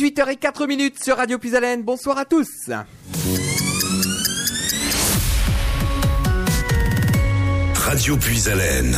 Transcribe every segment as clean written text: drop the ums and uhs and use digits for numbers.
18h04 sur Radio Puisalène. Bonsoir à tous. Radio Puisalène.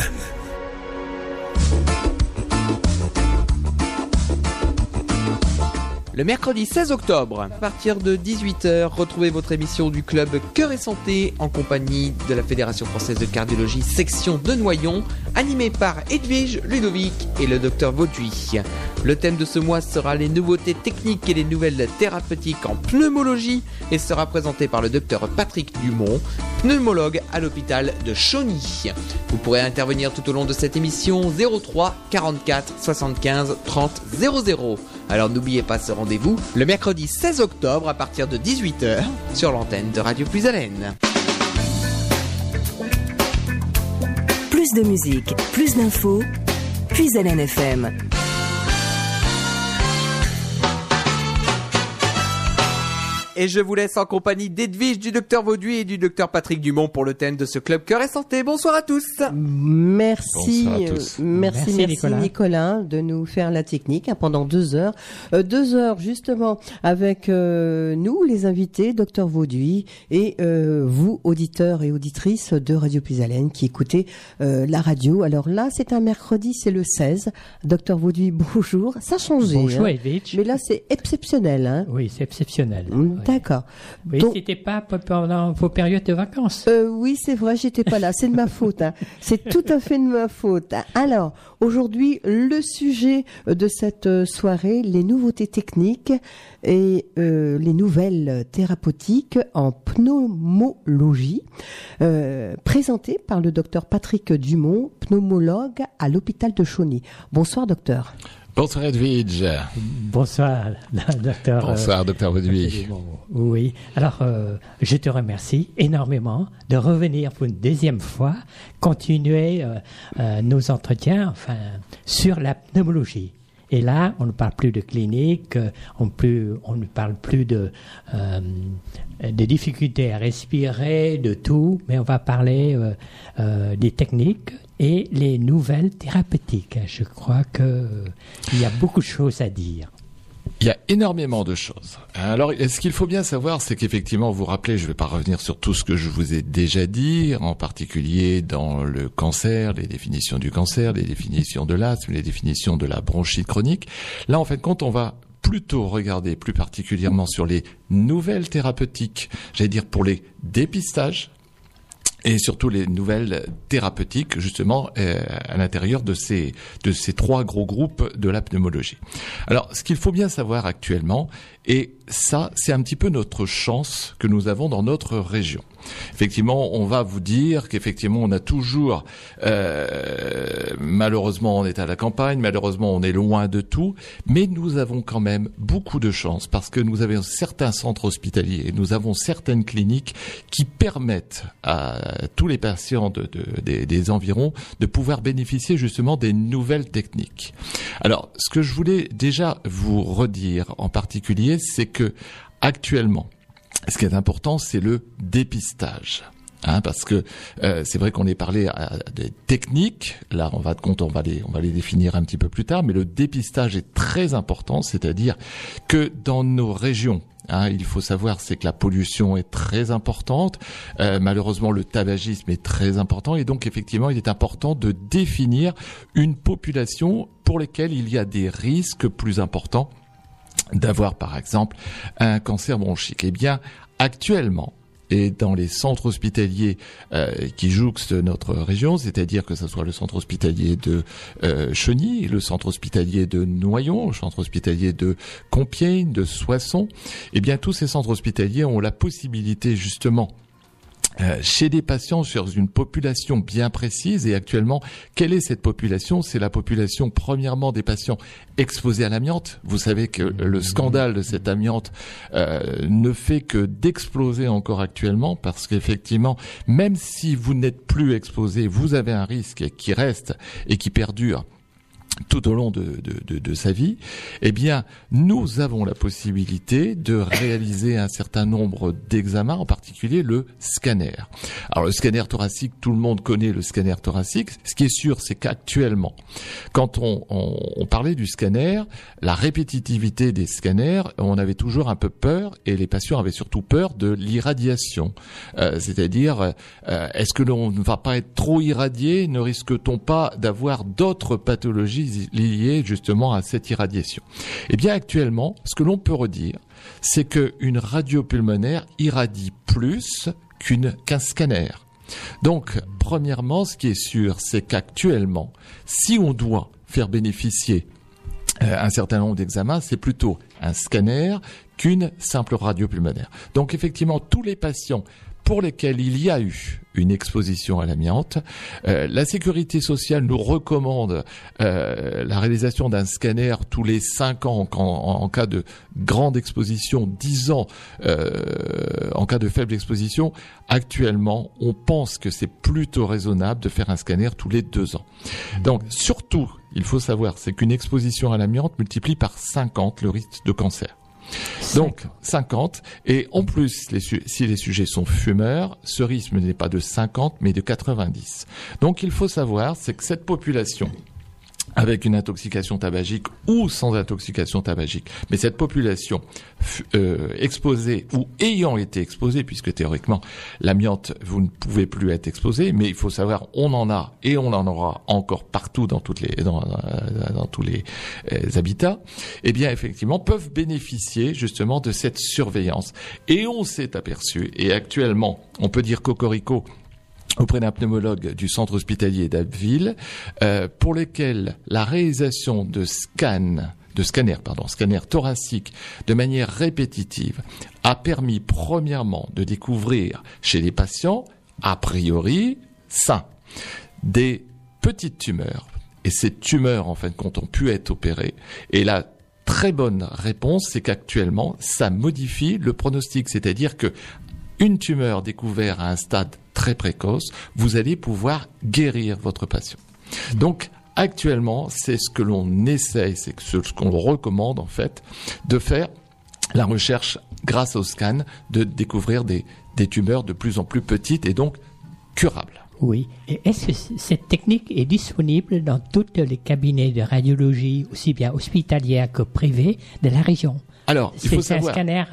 Le mercredi 16 octobre, à partir de 18h, retrouvez votre émission du club Cœur et Santé en compagnie de la Fédération Française de Cardiologie, section de Noyon, animée par Edwige, Ludovic et le docteur Vauduit. Le thème de ce mois sera les nouveautés techniques et les nouvelles thérapeutiques en pneumologie et sera présenté par le docteur Patrick Dumont, pneumologue à l'hôpital de Chauny. Vous pourrez intervenir tout au long de cette émission 03 44 75 30 00. Alors n'oubliez pas ce rendez-vous le mercredi 16 octobre à partir de 18h sur l'antenne de Radio Puisalène. Plus de musique, plus d'infos, Puisalène FM. Et je vous laisse en compagnie d'Edwige, du docteur Vauduit et du docteur Patrick Dumont pour le thème de ce club Cœur et Santé. Bonsoir à tous. Merci, Merci Nicolas de nous faire la technique pendant 2 heures. 2 heures justement avec nous, les invités, docteur Vauduit et vous, auditeurs et auditrices de Radio Puisalène qui écoutez la radio. Alors là, c'est un mercredi, c'est le 16. Docteur Vauduit, bonjour. Ça a changé. Bonjour, hein. Edwige. Mais là, c'est exceptionnel. Hein. Oui, c'est exceptionnel. D'accord. Oui, Donc, c'était pas pendant vos périodes de vacances. oui, c'est vrai, j'étais pas là. C'est de ma faute. Hein. C'est tout à fait de ma faute. Alors, aujourd'hui, le sujet de cette soirée, les nouveautés techniques et les nouvelles thérapeutiques en pneumologie, présentées par le docteur Patrick Dumont, pneumologue à l'hôpital de Chauny. Bonsoir, docteur. Bonsoir Edwige. Bonsoir, docteur. Bonsoir, docteur Vauduit. Oui. Alors, je te remercie énormément de revenir pour une deuxième fois, continuer nos entretiens, sur la pneumologie. Et là, on ne parle plus de clinique, on ne parle plus de difficultés à respirer, de tout, mais on va parler des techniques et les nouvelles thérapeutiques. Je crois qu'il y a beaucoup de choses à dire. Il y a énormément de choses. Alors, ce qu'il faut bien savoir, c'est qu'effectivement, vous vous rappelez, je ne vais pas revenir sur tout ce que je vous ai déjà dit, en particulier dans le cancer, les définitions du cancer, les définitions de l'asthme, les définitions de la bronchite chronique. Là, en fait, quand on va plutôt regarder plus particulièrement sur les nouvelles thérapeutiques, j'allais dire pour les dépistages, et surtout les nouvelles thérapeutiques, justement, à l'intérieur de ces 3 gros groupes de la pneumologie. Alors, ce qu'il faut bien savoir actuellement, et ça, c'est un petit peu notre chance que nous avons dans notre région. Effectivement, on va vous dire qu'effectivement, on a toujours, malheureusement, on est à la campagne, malheureusement, on est loin de tout, mais nous avons quand même beaucoup de chance parce que nous avons certains centres hospitaliers, nous avons certaines cliniques qui permettent à tous les patients des environs de pouvoir bénéficier justement des nouvelles techniques. Alors, ce que je voulais déjà vous redire en particulier, c'est que actuellement, ce qui est important, c'est le dépistage. Parce que c'est vrai qu'on est parlé à des techniques. Là, on va les définir un petit peu plus tard. Mais le dépistage est très important, c'est-à-dire que dans nos régions, il faut savoir, c'est que la pollution est très importante. Malheureusement, le tabagisme est très important. Et donc, effectivement, il est important de définir une population pour lesquelles il y a des risques plus importants d'avoir, par exemple, un cancer bronchique. Eh bien, actuellement, et dans les centres hospitaliers qui jouxtent notre région, c'est-à-dire que ce soit le centre hospitalier de Chauny, le centre hospitalier de Noyon, le centre hospitalier de Compiègne, de Soissons, eh bien tous ces centres hospitaliers ont la possibilité justement chez des patients sur une population bien précise. Et actuellement, quelle est cette population ? C'est la population, premièrement, des patients exposés à l'amiante. Vous savez que le scandale de cette amiante ne fait que d'exploser encore actuellement, parce qu'effectivement, même si vous n'êtes plus exposé, vous avez un risque qui reste et qui perdure tout au long de sa vie, eh bien, nous avons la possibilité de réaliser un certain nombre d'examens, en particulier le scanner. Alors, le scanner thoracique, tout le monde connaît le scanner thoracique. Ce qui est sûr, c'est qu'actuellement, quand on parlait du scanner, la répétitivité des scanners, on avait toujours un peu peur, et les patients avaient surtout peur de l'irradiation. C'est-à-dire, est-ce que l'on ne va pas être trop irradié? Ne risque-t-on pas d'avoir d'autres pathologies liées justement à cette irradiation? Eh bien, actuellement, ce que l'on peut redire, c'est qu'une radio pulmonaire irradie plus qu'un scanner. Donc, premièrement, ce qui est sûr, c'est qu'actuellement, si on doit faire bénéficier un certain nombre d'examens, c'est plutôt un scanner qu'une simple radio pulmonaire. Donc, effectivement, tous les patients pour lesquels il y a eu une exposition à l'amiante, la sécurité sociale nous recommande la réalisation d'un scanner tous les 5 ans en cas de grande exposition, 10 ans en cas de faible exposition. Actuellement, on pense que c'est plutôt raisonnable de faire un scanner tous les 2 ans. Donc, surtout, il faut savoir, c'est qu'une exposition à l'amiante multiplie par 50 le risque de cancer. Donc 50, et en plus si les sujets sont fumeurs, ce risque n'est pas de 50 mais de 90. Donc il faut savoir, c'est que cette population avec une intoxication tabagique ou sans intoxication tabagique, mais cette population exposée ou ayant été exposée, puisque théoriquement l'amiante, vous ne pouvez plus être exposé, mais il faut savoir, on en a et on en aura encore partout dans tous les habitats, eh bien effectivement peuvent bénéficier justement de cette surveillance. Et on s'est aperçu, et actuellement on peut dire cocorico auprès d'un pneumologue du centre hospitalier d'Abbeville, pour lesquels la réalisation de scanner thoracique de manière répétitive a permis premièrement de découvrir chez les patients, a priori sains, des petites tumeurs. Et ces tumeurs, en fin de compte, ont pu être opérées. Et la très bonne réponse, c'est qu'actuellement, ça modifie le pronostic. C'est-à-dire que une tumeur découverte à un stade très précoce, vous allez pouvoir guérir votre patient. Donc, actuellement, c'est ce que l'on essaye, c'est ce qu'on recommande en fait, de faire la recherche grâce au scan, de découvrir des tumeurs de plus en plus petites et donc curables. Oui. Et est-ce que cette technique est disponible dans tous les cabinets de radiologie, aussi bien hospitalières que privés, de la région? Alors, il faut savoir. C'est un scanner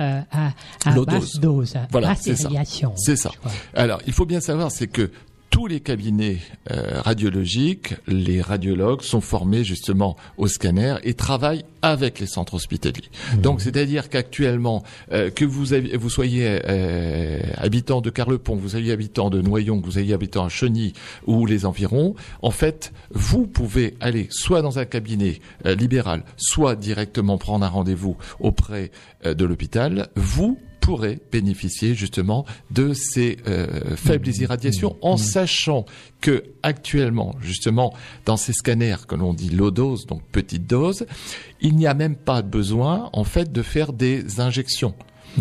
à basse dose, voilà, basse irradiation. C'est ça. Alors, il faut bien savoir, c'est que tous les cabinets radiologiques, les radiologues sont formés justement au scanner et travaillent avec les centres hospitaliers. Donc, c'est-à-dire qu'actuellement, que vous soyez habitant de Carlepont, que vous soyez habitant de Noyon, que vous soyez habitant à Cheny ou les environs, en fait, vous pouvez aller soit dans un cabinet libéral, soit directement prendre un rendez-vous auprès de l'hôpital. Vous pourrait bénéficier justement de ces faibles irradiations en sachant que actuellement justement dans ces scanners que l'on dit low dose, donc petite dose, il n'y a même pas besoin en fait de faire des injections.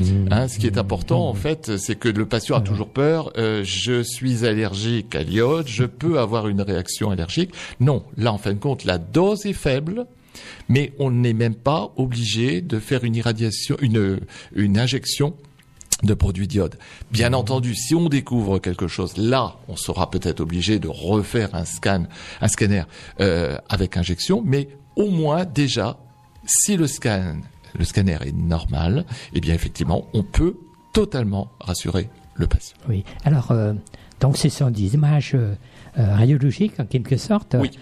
Ce qui est important en fait, c'est que le patient a toujours peur. Je suis allergique à l'iode, je peux avoir une réaction allergique. Non, là en fin de compte, la dose est faible. Mais on n'est même pas obligé de faire une irradiation, une injection de produits d'iode. Bien entendu, si on découvre quelque chose, là, on sera peut-être obligé de refaire un scanner avec injection, mais au moins déjà, si le scanner est normal, eh bien effectivement, on peut totalement rassurer le patient. Oui. Alors, donc ce sont des images radiologiques en quelque sorte. Oui.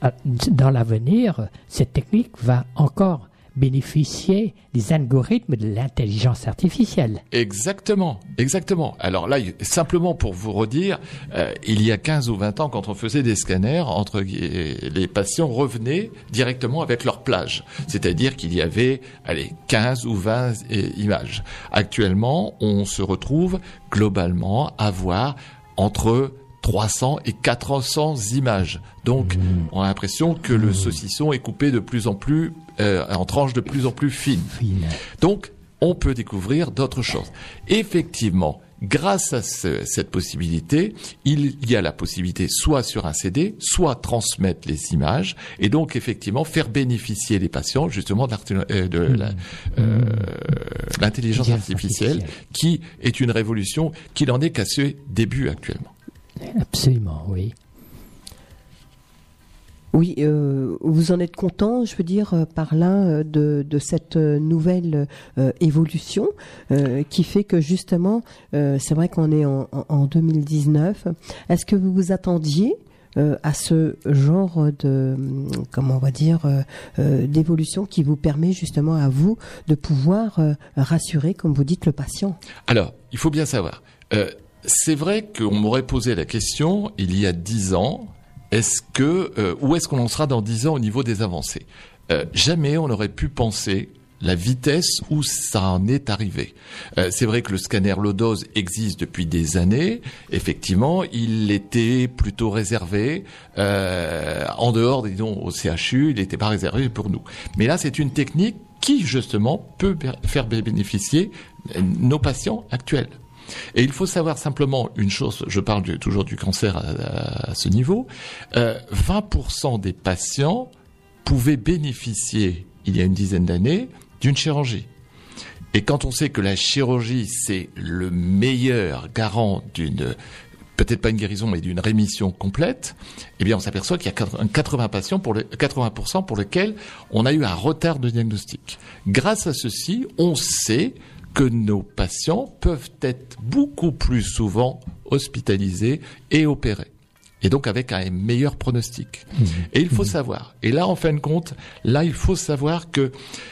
Dans l'avenir, cette technique va encore bénéficier des algorithmes de l'intelligence artificielle. Exactement. Alors là, simplement pour vous redire, il y a 15 ou 20 ans, quand on faisait des scanners, les patients revenaient directement avec leur plage. C'est-à-dire qu'il y avait 15 ou 20 images. Actuellement, on se retrouve globalement à voir entre 300 et 400 images. Donc, on a l'impression que le saucisson est coupé de plus en plus, en tranches de plus en plus fines. Donc, on peut découvrir d'autres choses. Effectivement, grâce à cette possibilité, il y a la possibilité soit sur un CD, soit transmettre les images, et donc effectivement faire bénéficier les patients justement de l'intelligence artificielle, qui est une révolution qui n'en est qu'à ses débuts actuellement. Absolument, oui. Oui, vous en êtes content, je veux dire, par là, de cette nouvelle évolution qui fait que justement, c'est vrai qu'on est en 2019. Est-ce que vous vous attendiez à ce genre de, comment on va dire, d'évolution qui vous permet justement à vous de pouvoir rassurer, comme vous dites, le patient? Alors, il faut bien savoir, c'est vrai qu'on m'aurait posé la question il y a 10 ans, où est-ce qu'on en sera dans 10 ans au niveau des avancées? Jamais on n'aurait pu penser la vitesse où ça en est arrivé. C'est vrai que le scanner low-dose existe depuis des années. Effectivement, il était plutôt réservé en dehors, disons, au CHU, il n'était pas réservé pour nous. Mais là, c'est une technique qui, justement, peut faire bénéficier nos patients actuels. Et il faut savoir simplement une chose, je parle toujours du cancer à ce niveau, 20% des patients pouvaient bénéficier, il y a une dizaine d'années, d'une chirurgie. Et quand on sait que la chirurgie, c'est le meilleur garant d'une, peut-être pas une guérison, mais d'une rémission complète, eh bien on s'aperçoit qu'il y a 80% pour lesquels on a eu un retard de diagnostic. Grâce à ceci, on sait que nos patients peuvent être beaucoup plus souvent hospitalisés et opérés. Et donc avec un meilleur pronostic. Et il faut savoir, et là en fin de compte, il faut savoir que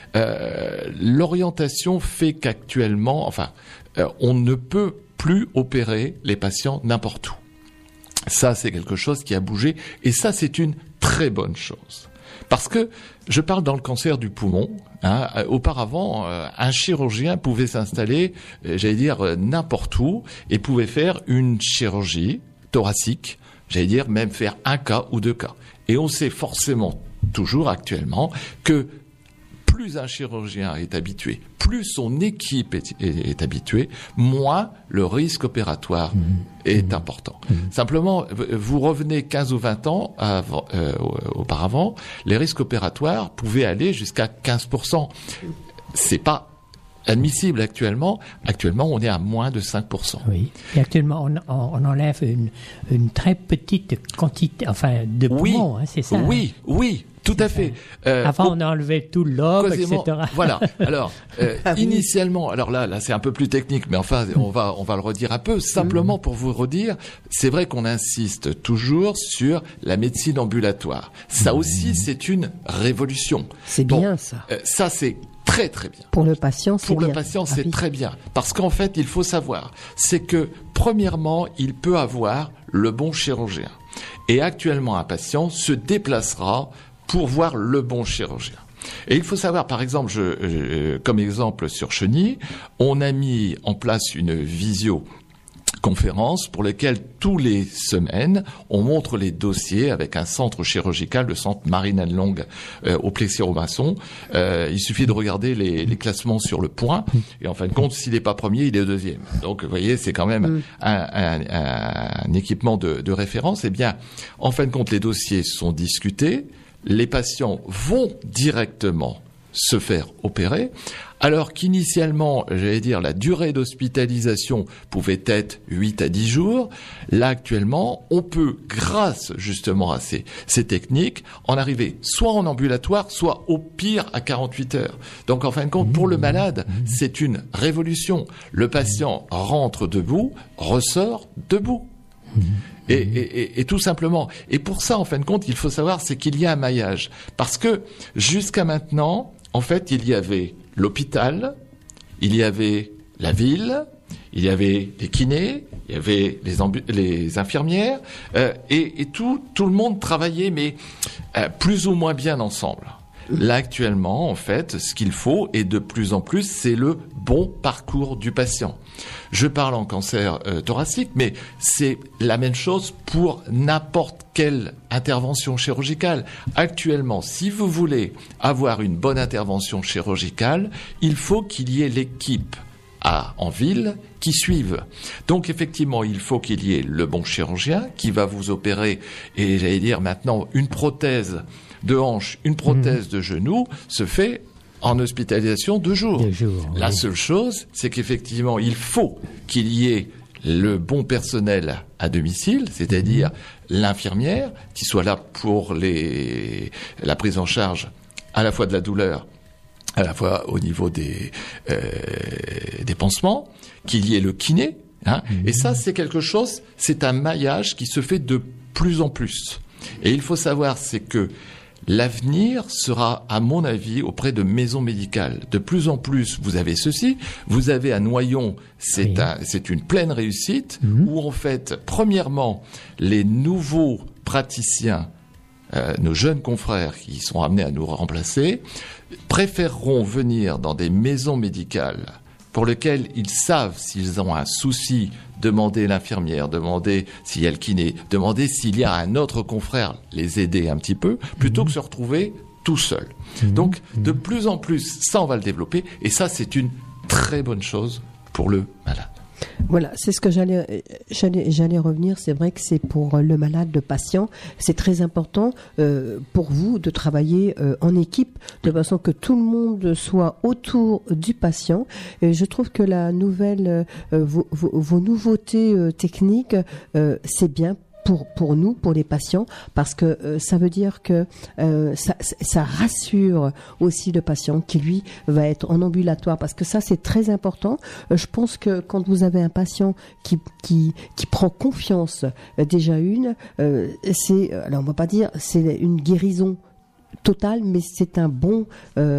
l'orientation fait qu'actuellement, on ne peut plus opérer les patients n'importe où. Ça, c'est quelque chose qui a bougé, et ça, c'est une très bonne chose. Parce que je parle dans le cancer du poumon. Auparavant, un chirurgien pouvait s'installer, n'importe où, et pouvait faire une chirurgie thoracique, même faire 1 cas ou 2 cas. Et on sait forcément, toujours actuellement, que plus un chirurgien est habitué, plus son équipe est habituée, moins le risque opératoire est important. Simplement, vous revenez 15 ou 20 ans auparavant, les risques opératoires pouvaient aller jusqu'à 15%. C'est pas admissible actuellement. Actuellement, on est à moins de 5%. Oui. Et actuellement, on enlève une très petite quantité, de poumons, c'est ça? Oui, tout à fait. Avant, on a enlevé tout le lobe, etc. Voilà. Alors, initialement, alors là, c'est un peu plus technique, mais on va le redire un peu. Simplement pour vous redire, c'est vrai qu'on insiste toujours sur la médecine ambulatoire. Ça aussi, c'est une révolution. C'est bien ça. Ça, c'est très très bien. Pour le patient, c'est bien. Pour le patient, c'est très bien. Parce qu'en fait, il faut savoir, c'est que, premièrement, il peut avoir le bon chirurgien. Et actuellement, un patient se déplacera pour voir le bon chirurgien. Et il faut savoir, par exemple, comme exemple sur Cheny, on a mis en place une visioconférence pour laquelle tous les semaines, on montre les dossiers avec un centre chirurgical, le centre Marine-Anne Long au Plessis-Robinson. Il suffit de regarder les classements sur le point, et en fin de compte, s'il n'est pas premier, il est deuxième. Donc, vous voyez, c'est quand même un équipement de référence. Eh bien, en fin de compte, les dossiers sont discutés. Les patients vont directement se faire opérer, alors qu'initialement, la durée d'hospitalisation pouvait être 8 à 10 jours. Là, actuellement, on peut, grâce justement à ces techniques, en arriver soit en ambulatoire, soit au pire à 48 heures. Donc, en fin de compte, pour le malade, c'est une révolution. Le patient rentre debout, ressort debout. Et tout simplement. Et pour ça, en fin de compte, il faut savoir, c'est qu'il y a un maillage. Parce que, jusqu'à maintenant, en fait, il y avait l'hôpital, il y avait la ville, il y avait les kinés, il y avait les infirmières, et tout le monde travaillait, mais plus ou moins bien ensemble. Là, actuellement, en fait, ce qu'il faut, et de plus en plus, c'est le bon parcours du patient. Je parle en cancer thoracique, mais c'est la même chose pour n'importe quelle intervention chirurgicale. Actuellement, si vous voulez avoir une bonne intervention chirurgicale, il faut qu'il y ait l'équipe en ville qui suivent. Donc effectivement, il faut qu'il y ait le bon chirurgien qui va vous opérer, et j'allais dire maintenant, une prothèse de hanche, une prothèse de genou se fait en hospitalisation 2 jours. 2 jours. La seule chose, c'est qu'effectivement, il faut qu'il y ait le bon personnel à domicile, c'est-à-dire l'infirmière qui soit là pour la prise en charge à la fois de la douleur, à la fois au niveau des pansements, qu'il y ait le kiné, hein. Et ça, c'est quelque chose, c'est un maillage qui se fait de plus en plus. Et il faut savoir, c'est que l'avenir sera, à mon avis, auprès de maisons médicales. De plus en plus, vous avez ceci. Vous avez à Noyon, c'est une pleine réussite, où en fait, premièrement, les nouveaux praticiens, nos jeunes confrères qui sont amenés à nous remplacer, préféreront venir dans des maisons médicales pour lesquelles ils savent s'ils ont un souci, demander l'infirmière, demander s'il y a le kiné, demander s'il y a un autre confrère, les aider un petit peu, plutôt que se retrouver tout seul. Donc, de plus en plus, ça on va le développer, et ça c'est une très bonne chose pour le malade. Voilà, c'est ce que j'allais revenir. C'est vrai que c'est pour le malade, le patient. C'est très important pour vous de travailler en équipe, de façon que tout le monde soit autour du patient. Et je trouve que la nouvelle, vos nouveautés techniques, c'est bien pour nous, pour les patients, parce que ça veut dire que ça rassure aussi le patient qui, lui, va être en ambulatoire, parce que ça, c'est très important. Je pense que quand vous avez un patient qui prend confiance, déjà alors on va pas dire c'est une guérison totale, mais c'est un bon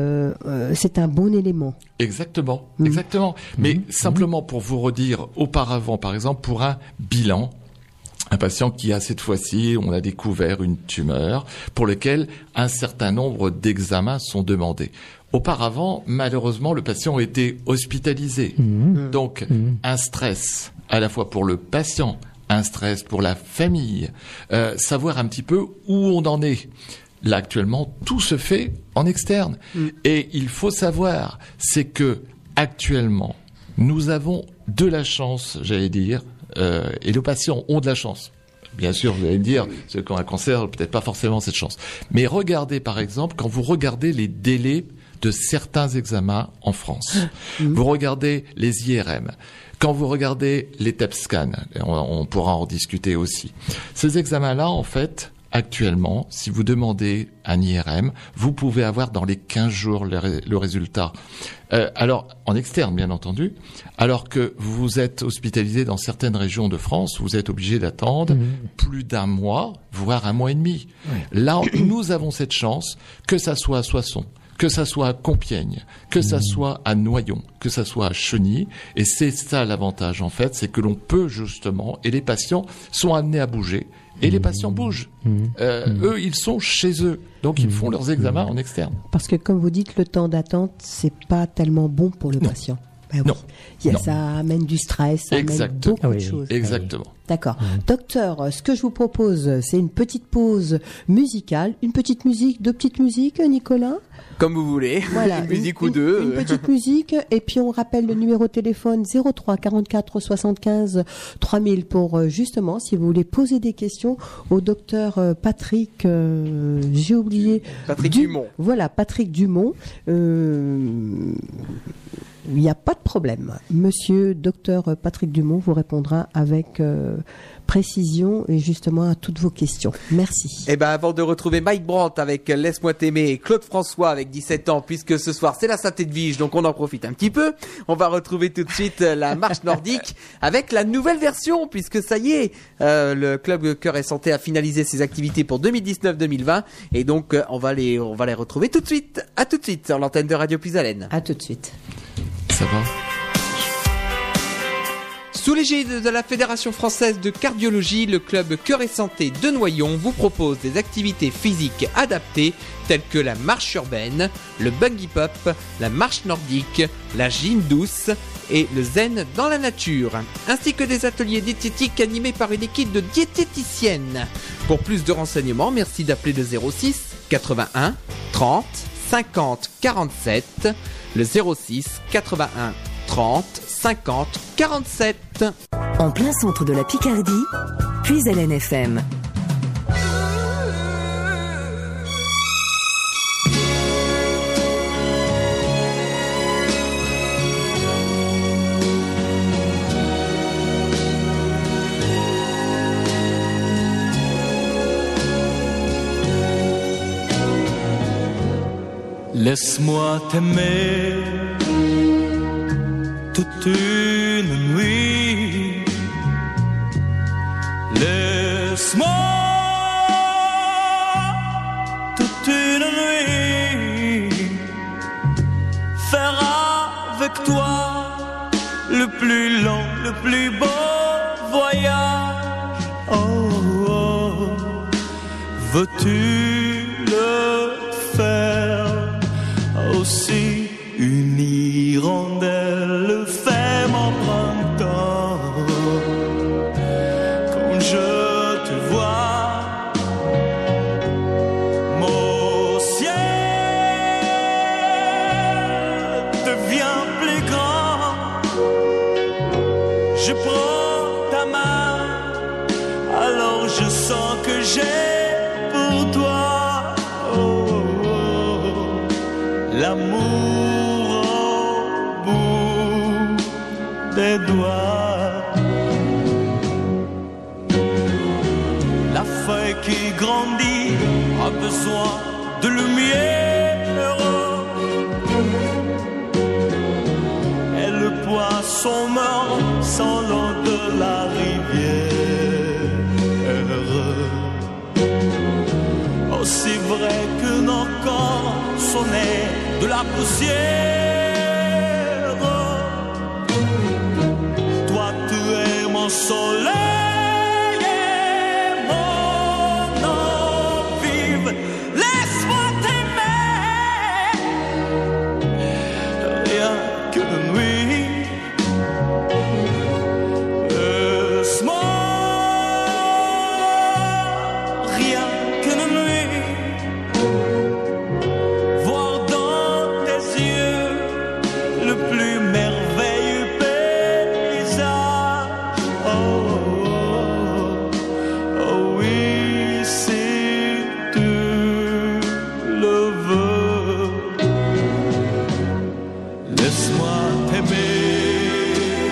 élément. Exactement, exactement. Mais simplement pour vous redire, auparavant, par exemple, pour un bilan, un patient qui a cette fois-ci, on a découvert une tumeur pour lequel un certain nombre d'examens sont demandés. Auparavant, malheureusement, le patient était hospitalisé. Donc, un stress à la fois pour le patient, un stress pour la famille, savoir un petit peu où on en est. Là, actuellement, tout se fait en externe. Et il faut savoir, c'est que actuellement, nous avons de la chance, j'allais dire, et les patients ont de la chance. Bien sûr, vous allez me dire, ceux qui ont un cancer, peut-être pas forcément cette chance. Mais regardez, par exemple, quand vous regardez les délais de certains examens en France, vous regardez les IRM, quand vous regardez les TEP scans, on pourra en discuter aussi. Ces examens-là, en fait, actuellement, si vous demandez un IRM, vous pouvez avoir dans les 15 jours le résultat. Alors, en externe, bien entendu, alors que vous êtes hospitalisé dans certaines régions de France, vous êtes obligé d'attendre plus d'1 mois, voire 1 mois et demi. Là, nous avons cette chance, que ça soit à Soissons, que ça soit à Compiègne, que ça soit à Noyon, que ça soit à Cheny. Et c'est ça l'avantage, en fait, c'est que l'on peut justement, et les patients sont amenés à bouger. Et les patients bougent. Eux, ils sont chez eux. Donc, ils font leurs examens en externe. Parce que, comme vous dites, le temps d'attente, c'est pas tellement bon pour le patient. Ben oui. Non. Ça amène du stress, ça amène beaucoup de choses. Exactement. D'accord. Docteur, ce que je vous propose, c'est une petite pause musicale. Une petite musique, 2 petites musiques, Nicolas ? Comme vous voulez. Voilà, une musique ou deux. Une petite musique, et puis on rappelle le numéro de téléphone 03 44 75 3000 pour justement, si vous voulez poser des questions au docteur Patrick, j'ai oublié. Patrick Dumont. Voilà, Patrick Dumont. Il n'y a pas de problème. Monsieur docteur Patrick Dumont vous répondra avec précision et justement à toutes vos questions. Merci. Et ben avant de retrouver Mike Brandt avec Laisse-moi t'aimer et Claude François avec 17 ans, puisque ce soir c'est la Saint-Edwige, donc on en profite un petit peu. On va retrouver tout de suite la marche nordique avec la nouvelle version, puisque ça y est, le club Cœur et Santé a finalisé ses activités pour 2019-2020 et donc on va les retrouver tout de suite. À tout de suite sur l'antenne de Radio Puisalène. À tout de suite. Ça va ? Sous l'égide de la Fédération française de cardiologie, le club Cœur et Santé de Noyon vous propose des activités physiques adaptées telles que la marche urbaine, le bungee pop, la marche nordique, la gym douce et le zen dans la nature, ainsi que des ateliers diététiques animés par une équipe de diététiciennes. Pour plus de renseignements, merci d'appeler le 06 81 30 50 47, le 06 81 30 50 47. En plein centre de la Picardie, Puisalène FM. Laisse-moi t'aimer toute une nuit. Laisse-moi toute une nuit faire avec toi le plus long, le plus beau voyage. Oh, oh. Veux-tu le faire aussi? Une hirondelle fait mon printemps quand je te vois. Mon ciel devient plus grand. Je prends ta main, alors je sens que j'ai pour toi l'amour au bout des doigts. La feuille qui grandit a besoin de lumière, et le poisson meurt sans l'eau de la rivière. Aussi vrai que nos corps sont nés de la poussière, toi tu es mon soleil et mon eau vive. Laisse-moi t'aimer rien que de nuit. Laisse-moi rien que de nuit voir dans tes yeux le plus merveilleux paysage. Oh, oh, oh oui, si tu le veux. Laisse-moi t'aimer,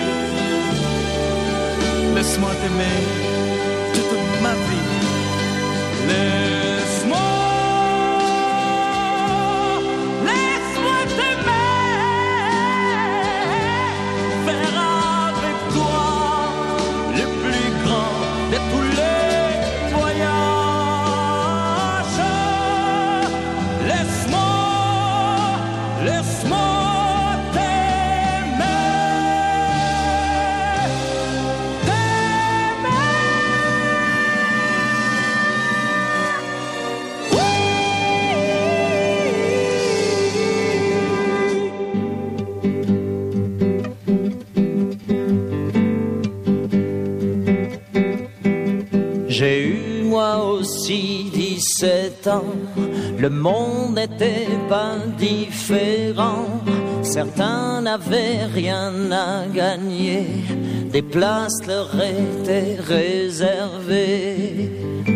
laisse-moi t'aimer toute ma vie. Laisse-moi t'aimer, faire avec toi le plus grand de tous les voyages. Laisse-moi t'aimer, J'ai eu moi aussi 17 ans, le monde n'était pas différent. Certains n'avaient rien à gagner, des places leur étaient réservées.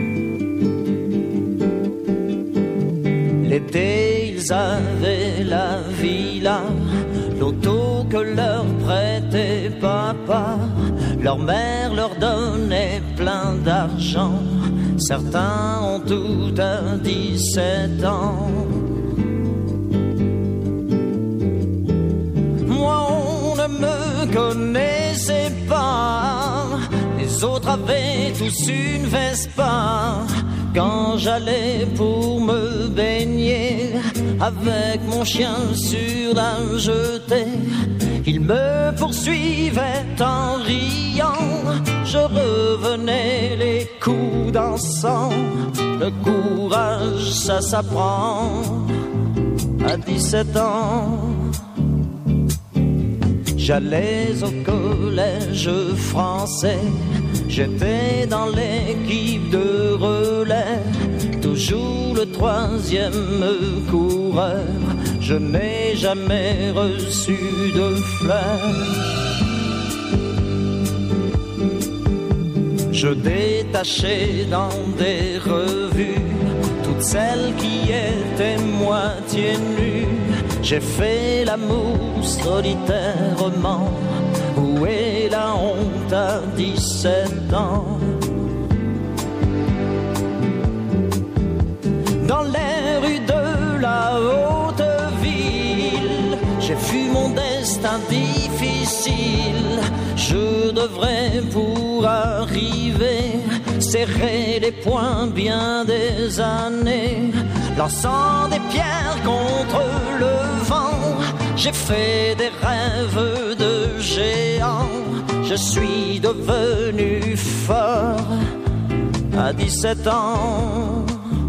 L'été, ils avaient la villa, l'auto que leur prêtait papa. Leur mère leur donnait plein d'argent. Certains ont tout à 17 ans. Moi, on ne me connaissait pas. Les autres avaient tous une Vespa. Quand j'allais pour me baigner avec mon chien sur la jetée, Il me poursuivait en riant, je revenais les coups d'encens. Le courage, ça s'apprend à 17 ans. J'allais au collège français, j'étais dans l'équipe de relais, toujours le 3e coureur. Je n'ai jamais reçu de fleurs. Je détachais dans des revues toutes celles qui étaient moitié nues. J'ai fait l'amour solitairement. Où est la honte à 17 ans? Dans les rues de la haute ville, j'ai vu mon destin difficile. Je devrais pour arriver serrer les poings bien des années, lançant des pierres contre le vent. J'ai fait des rêves de géant. Je suis devenu fort à 17 ans.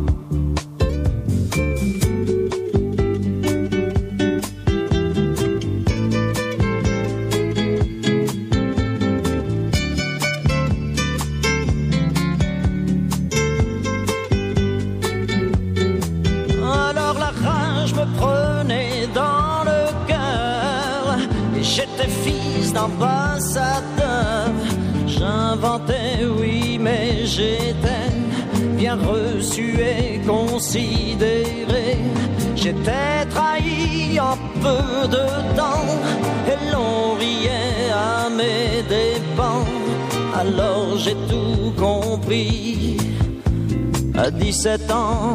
J'étais fils d'ambassadeur, j'inventais, oui, mais j'étais bien reçu et considéré. J'étais trahi en peu de temps et l'on riait à mes dépens. Alors j'ai tout compris à 17 ans.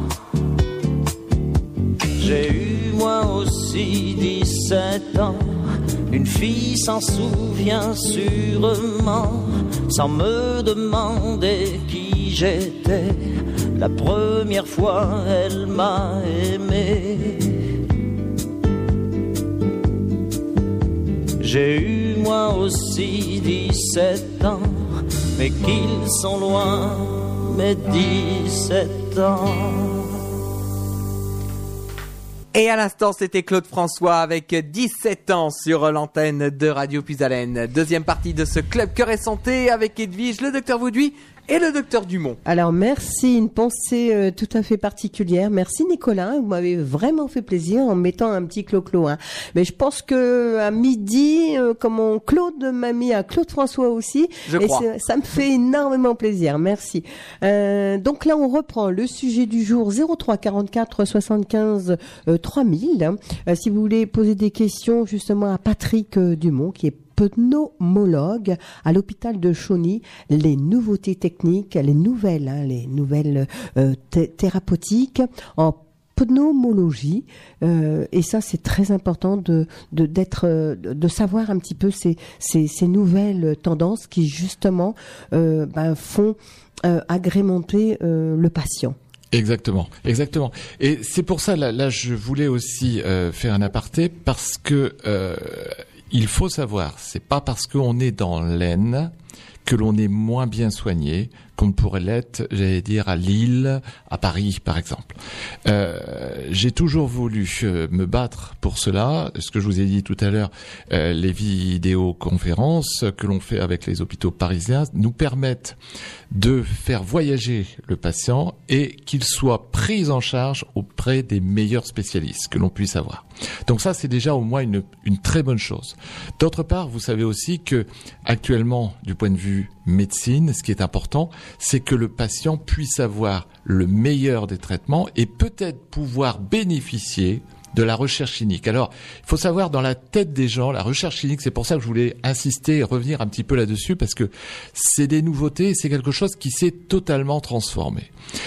J'ai eu moi aussi 17 ans. Une fille s'en souvient sûrement, sans me demander qui j'étais. La première fois, elle m'a aimé. J'ai eu moi aussi 17 ans, mais qu'ils sont loin, mes 17 ans. Et à l'instant, c'était Claude François avec 17 ans sur l'antenne de Radio Puisalène. Deuxième partie de ce club Cœur et Santé avec Edwige, le docteur Vauduit et le docteur Dumont. Alors merci, une pensée tout à fait particulière. Merci Nicolas, vous m'avez vraiment fait plaisir en mettant un petit clo-clo. Hein. Mais je pense que à midi, comme Claude m'a mis à Claude François aussi, je crois. Ça me fait énormément plaisir. Merci. Donc là, on reprend le sujet du jour 03 44 75 3000. Si vous voulez poser des questions justement à Patrick Dumont, qui est pneumologue à l'hôpital de Chauny, les nouveautés techniques, les nouvelles thérapeutiques en pneumologie, et ça c'est très important de savoir un petit peu ces nouvelles tendances qui justement font agrémenter le patient. Exactement. Et c'est pour ça là je voulais aussi faire un aparté parce que il faut savoir, c'est pas parce qu'on est dans l'Aisne que l'on est moins bien soigné qu'on pourrait l'être, j'allais dire, à Lille, à Paris, par exemple. J'ai toujours voulu me battre pour cela. Ce que je vous ai dit tout à l'heure, les vidéoconférences que l'on fait avec les hôpitaux parisiens nous permettent de faire voyager le patient et qu'il soit pris en charge auprès des meilleurs spécialistes que l'on puisse avoir. Donc ça, c'est déjà au moins une très bonne chose. D'autre part, vous savez aussi que actuellement, du point de vue médecine, ce qui est important, c'est que le patient puisse avoir le meilleur des traitements et peut-être pouvoir bénéficier de la recherche clinique. Alors, il faut savoir, dans la tête des gens, la recherche clinique, c'est pour ça que je voulais insister et revenir un petit peu là-dessus, parce que c'est des nouveautés, c'est quelque chose qui s'est totalement transformé.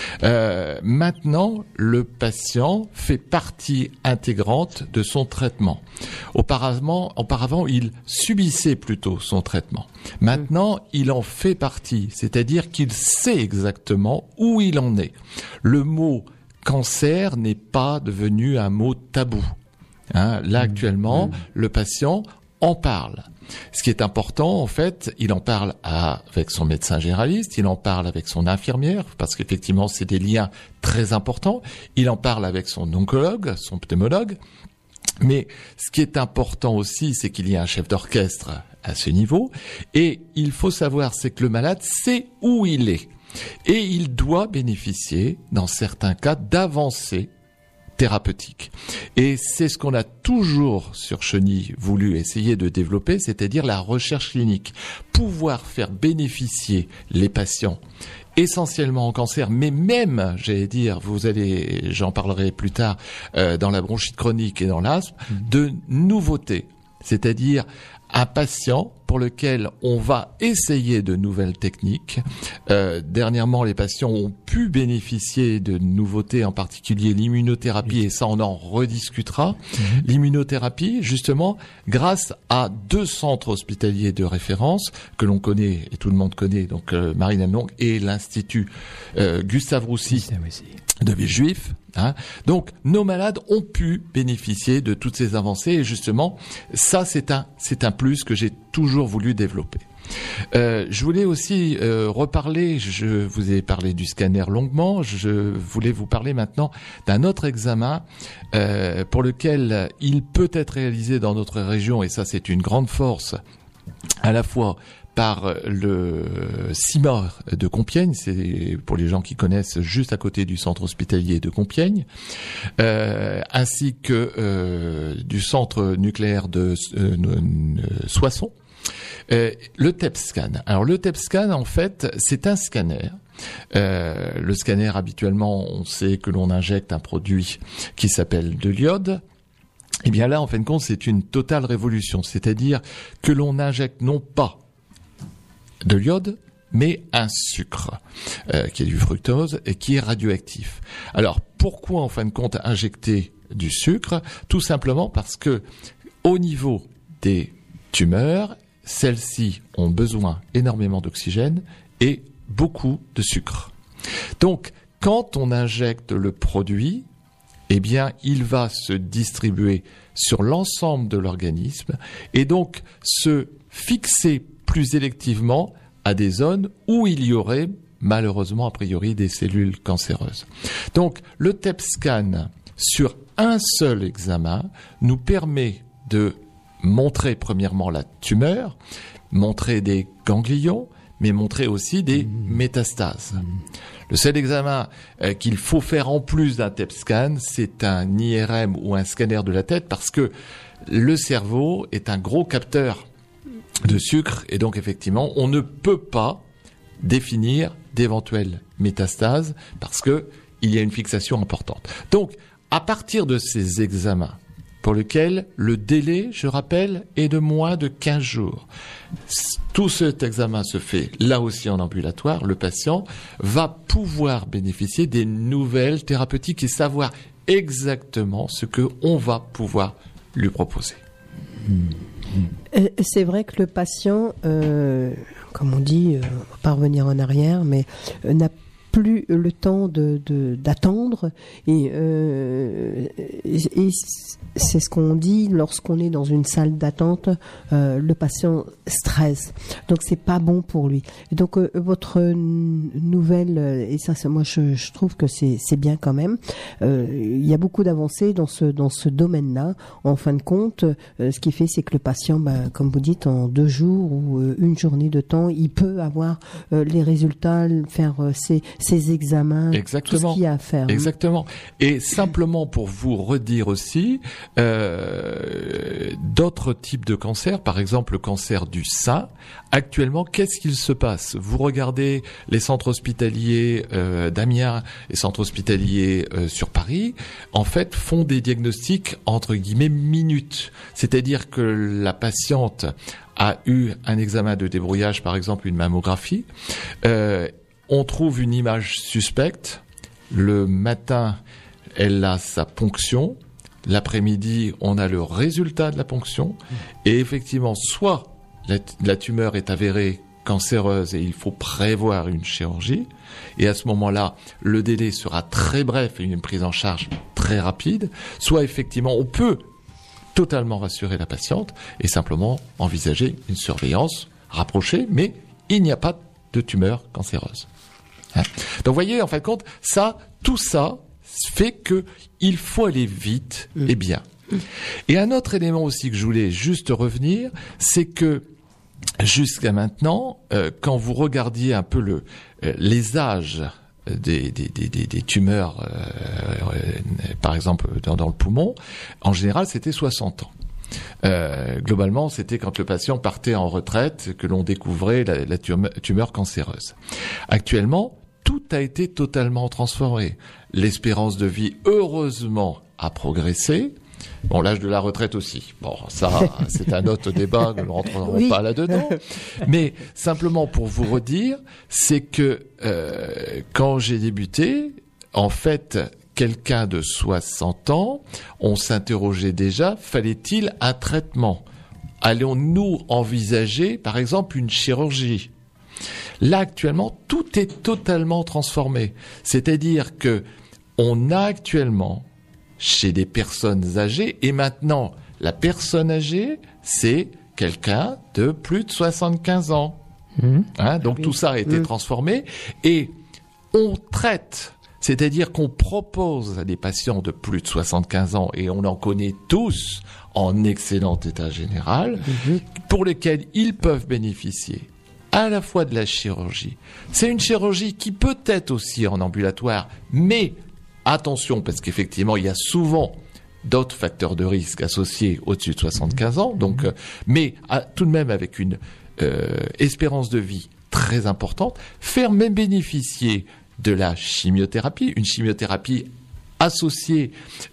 Maintenant, le patient fait partie intégrante de son traitement. Auparavant, il subissait plutôt son traitement. Maintenant, il en fait partie, c'est-à-dire qu'il sait exactement où il en est. Le mot cancer n'est pas devenu un mot tabou. Là, actuellement, le patient, en parle. Ce qui est important, en fait, il en parle avec son médecin généraliste, il en parle avec son infirmière, parce qu'effectivement, c'est des liens très importants. Il en parle avec son oncologue, son pneumologue. Mais ce qui est important aussi, c'est qu'il y a un chef d'orchestre à ce niveau. Et il faut savoir, c'est que le malade sait où il est. Et il doit bénéficier, dans certains cas, d'avancées thérapeutique. Et c'est ce qu'on a toujours sur Cheny voulu essayer de développer, c'est-à-dire la recherche clinique. Pouvoir faire bénéficier les patients essentiellement en cancer, mais même, j'allais dire, j'en parlerai plus tard, dans la bronchite chronique et dans l'asthme, de nouveautés. C'est-à-dire un patient pour lequel on va essayer de nouvelles techniques. Dernièrement, les patients ont pu bénéficier de nouveautés, en particulier l'immunothérapie, et ça on en rediscutera. L'immunothérapie, justement, grâce à 2 centres hospitaliers de référence que l'on connaît, et tout le monde connaît, donc Marie-Laine et l'Institut Gustave Roussy de Villejuif. Donc, nos malades ont pu bénéficier de toutes ces avancées et justement, ça c'est un plus que j'ai toujours voulu développer. Je voulais aussi reparler, je vous ai parlé du scanner longuement, je voulais vous parler maintenant d'un autre examen pour lequel il peut être réalisé dans notre région, et ça c'est une grande force, à la fois par le CIMA de Compiègne, c'est pour les gens qui connaissent, juste à côté du centre hospitalier de Compiègne, ainsi que du centre nucléaire de Soissons, le TEP-scan. Alors le TEP-scan, en fait, c'est un scanner. Le scanner, habituellement, on sait que l'on injecte un produit qui s'appelle de l'iode. Eh bien là, en fin de compte, c'est une totale révolution, c'est-à-dire que l'on injecte non pas de l'iode, mais un sucre qui est du fructose et qui est radioactif. Alors, pourquoi en fin de compte injecter du sucre? Tout simplement parce que au niveau des tumeurs, celles-ci ont besoin énormément d'oxygène et beaucoup de sucre. Donc, quand on injecte le produit, eh bien, il va se distribuer sur l'ensemble de l'organisme et donc se fixer plus électivement à des zones où il y aurait malheureusement a priori des cellules cancéreuses. Donc le TEP-scan sur un seul examen nous permet de montrer premièrement la tumeur, montrer des ganglions, mais montrer aussi des métastases. Le seul examen qu'il faut faire en plus d'un TEP-scan, c'est un IRM ou un scanner de la tête parce que le cerveau est un gros capteur de sucre et donc effectivement on ne peut pas définir d'éventuelles métastases parce que il y a une fixation importante. Donc à partir de ces examens pour lesquels le délai, je rappelle, est de moins de 15 jours. Tout cet examen se fait là aussi en ambulatoire. Le patient va pouvoir bénéficier des nouvelles thérapeutiques et savoir exactement ce qu'on va pouvoir lui proposer. C'est vrai que le patient, comme on dit, on va pas revenir en arrière, mais n'a plus le temps d'attendre et c'est ce qu'on dit lorsqu'on est dans une salle d'attente, le patient stresse, donc c'est pas bon pour lui. Et donc votre nouvelle, et ça moi je trouve que c'est bien quand même, il y a beaucoup d'avancées dans ce domaine-là. En fin de compte, ce qui fait c'est que le patient, comme vous dites, en 2 jours ou une journée de temps, il peut avoir les résultats, faire ses examens, exactement, tout ce qu'il y a à faire. Exactement. Et simplement pour vous redire aussi, d'autres types de cancers, par exemple le cancer du sein, actuellement, qu'est-ce qu'il se passe? Vous regardez les centres hospitaliers d'Amiens, les centres hospitaliers sur Paris, en fait, font des diagnostics entre guillemets minutes. C'est-à-dire que la patiente a eu un examen de débrouillage, par exemple une mammographie, on trouve une image suspecte, le matin, elle a sa ponction, l'après-midi, on a le résultat de la ponction, et effectivement, soit la tumeur est avérée cancéreuse et il faut prévoir une chirurgie, et à ce moment-là, le délai sera très bref et une prise en charge très rapide, soit effectivement, on peut totalement rassurer la patiente et simplement envisager une surveillance rapprochée, mais il n'y a pas de tumeur cancéreuse. Hein? Donc, vous voyez, en fin de compte, tout ça fait que il faut aller vite et bien. Et un autre élément aussi que je voulais juste revenir, c'est que jusqu'à maintenant, quand vous regardiez un peu les âges des tumeurs, par exemple dans le poumon, en général c'était 60 ans. Globalement, c'était quand le patient partait en retraite que l'on découvrait la tumeur cancéreuse. Actuellement, tout a été totalement transformé. L'espérance de vie, heureusement, a progressé. Bon, l'âge de la retraite aussi. Bon, ça, c'est un autre débat, nous ne rentrerons pas là-dedans. Mais simplement pour vous redire, c'est que quand j'ai débuté, en fait, quelqu'un de 60 ans, on s'interrogeait déjà, fallait-il un traitement ? Allons-nous envisager, par exemple, une chirurgie ? Là, actuellement, tout est totalement transformé. C'est-à-dire que on a actuellement, chez des personnes âgées, et maintenant, la personne âgée, c'est quelqu'un de plus de 75 ans. Hein, donc tout ça a été transformé et on traite, c'est-à-dire qu'on propose à des patients de plus de 75 ans, et on en connaît tous en excellent état général, pour lesquels ils peuvent bénéficier à la fois de la chirurgie. C'est une chirurgie qui peut être aussi en ambulatoire, mais attention, parce qu'effectivement, il y a souvent d'autres facteurs de risque associés au-dessus de 75 ans, donc, mais tout de même avec une espérance de vie très importante, faire même bénéficier de la chimiothérapie, une chimiothérapie associée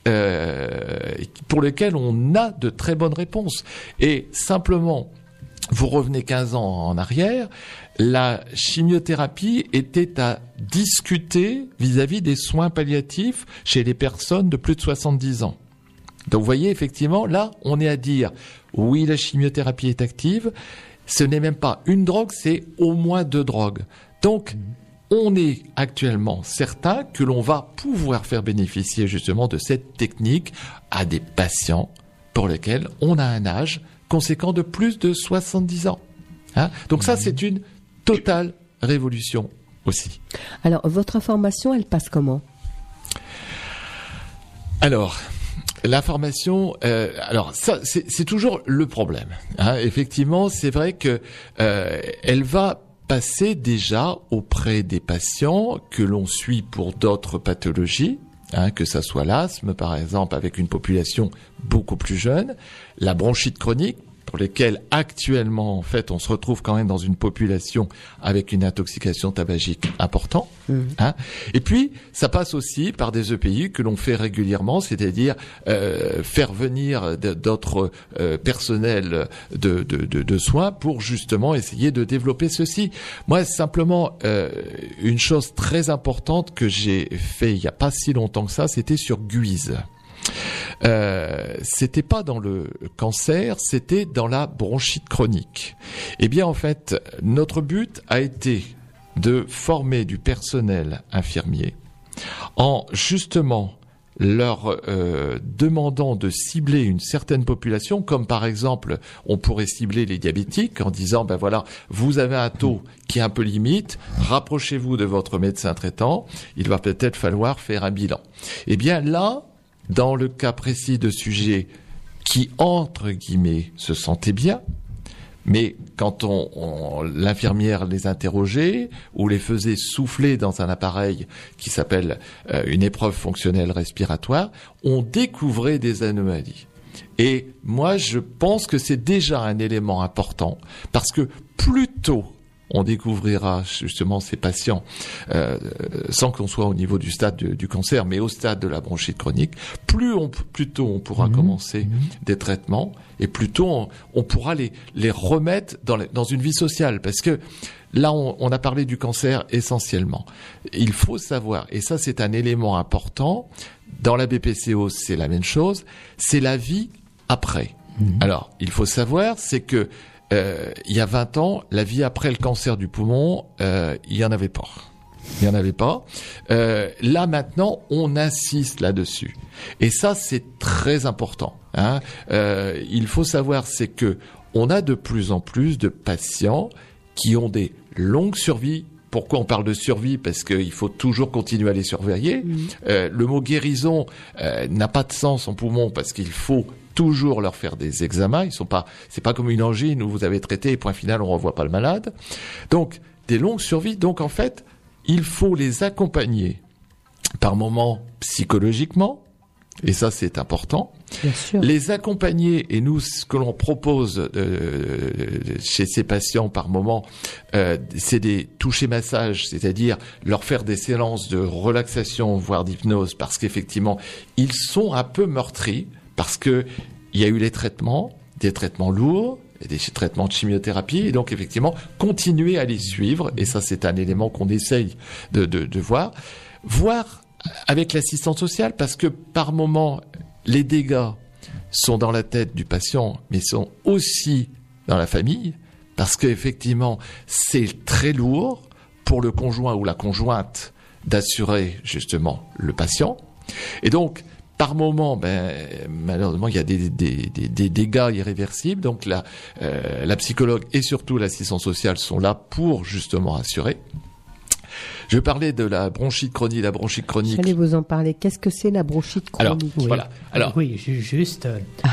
pour laquelle on a de très bonnes réponses. Et simplement, vous revenez 15 ans en arrière, la chimiothérapie était à discuter vis-à-vis des soins palliatifs chez les personnes de plus de 70 ans. Donc vous voyez, effectivement, là, on est à dire, oui, la chimiothérapie est active, ce n'est même pas une drogue, c'est au moins 2 drogues. Donc, on est actuellement certain que l'on va pouvoir faire bénéficier justement de cette technique à des patients pour lesquels on a un âge conséquent de plus de 70 ans. Hein? Donc ça, c'est une totale révolution aussi. Alors, votre information, elle passe comment ? Alors, l'information, alors ça, c'est toujours le problème. Hein? Effectivement, c'est vrai que elle va passer déjà auprès des patients que l'on suit pour d'autres pathologies, hein, que ça soit l'asthme, par exemple, avec une population beaucoup plus jeune, la bronchite chronique, pour lesquels actuellement, en fait, on se retrouve quand même dans une population avec une intoxication tabagique importante. Hein. Et puis, ça passe aussi par des EPI que l'on fait régulièrement, c'est-à-dire faire venir d'autres personnels de soins pour justement essayer de développer ceci. Moi, simplement, une chose très importante que j'ai fait il n'y a pas si longtemps que ça, c'était sur Guise. C'était pas dans le cancer, c'était dans la bronchite chronique. Eh bien, en fait, notre but a été de former du personnel infirmier en justement leur demandant de cibler une certaine population, comme par exemple, on pourrait cibler les diabétiques en disant, ben voilà, vous avez un taux qui est un peu limite, rapprochez-vous de votre médecin traitant, il va peut-être falloir faire un bilan. Eh bien là, dans le cas précis de sujets qui, entre guillemets, se sentaient bien, mais quand l'infirmière les interrogeait ou les faisait souffler dans un appareil qui s'appelle une épreuve fonctionnelle respiratoire, on découvrait des anomalies. Et moi, je pense que c'est déjà un élément important, parce que plus tôt on découvrira justement ces patients sans qu'on soit au niveau du stade du cancer, mais au stade de la bronchite chronique, plus tôt on pourra commencer des traitements, et plus tôt on pourra les remettre dans une vie sociale. Parce que là, on a parlé du cancer essentiellement. Il faut savoir, et ça c'est un élément important, dans la BPCO c'est la même chose, c'est la vie après. Alors, il faut savoir, c'est que il y a 20 ans, la vie après le cancer du poumon, il y en avait pas. Il n'y en avait pas. Là maintenant, on insiste là-dessus. Et ça, c'est très important. Hein. Il faut savoir, c'est que on a de plus en plus de patients qui ont des longues survies. Pourquoi on parle de survie? Parce qu'il faut toujours continuer à les surveiller. Le mot guérison n'a pas de sens en poumon parce qu'il faut toujours leur faire des examens. C'est pas comme une angine où vous avez traité et point final, on revoit pas le malade. Donc, des longues survies. Donc, en fait, il faut les accompagner par moments psychologiquement. Et ça, c'est important. Bien sûr. Les accompagner, et nous, ce que l'on propose chez ces patients par moment, c'est des touchés massages, c'est-à-dire leur faire des séances de relaxation, voire d'hypnose, parce qu'effectivement, ils sont un peu meurtris, parce que il y a eu les traitements, des traitements lourds, et des traitements de chimiothérapie, et donc effectivement, continuer à les suivre, et ça, c'est un élément qu'on essaye de voir avec l'assistance sociale, parce que par moment, les dégâts sont dans la tête du patient, mais sont aussi dans la famille, parce qu'effectivement, c'est très lourd pour le conjoint ou la conjointe d'assurer justement le patient. Et donc, par moment, malheureusement, il y a des dégâts irréversibles. Donc, la psychologue et surtout l'assistance sociale sont là pour justement assurer. Je parlais de la bronchite chronique. La bronchite chronique. J'allais vous en parler. Qu'est-ce que c'est la bronchite chronique? Voilà. Oui, juste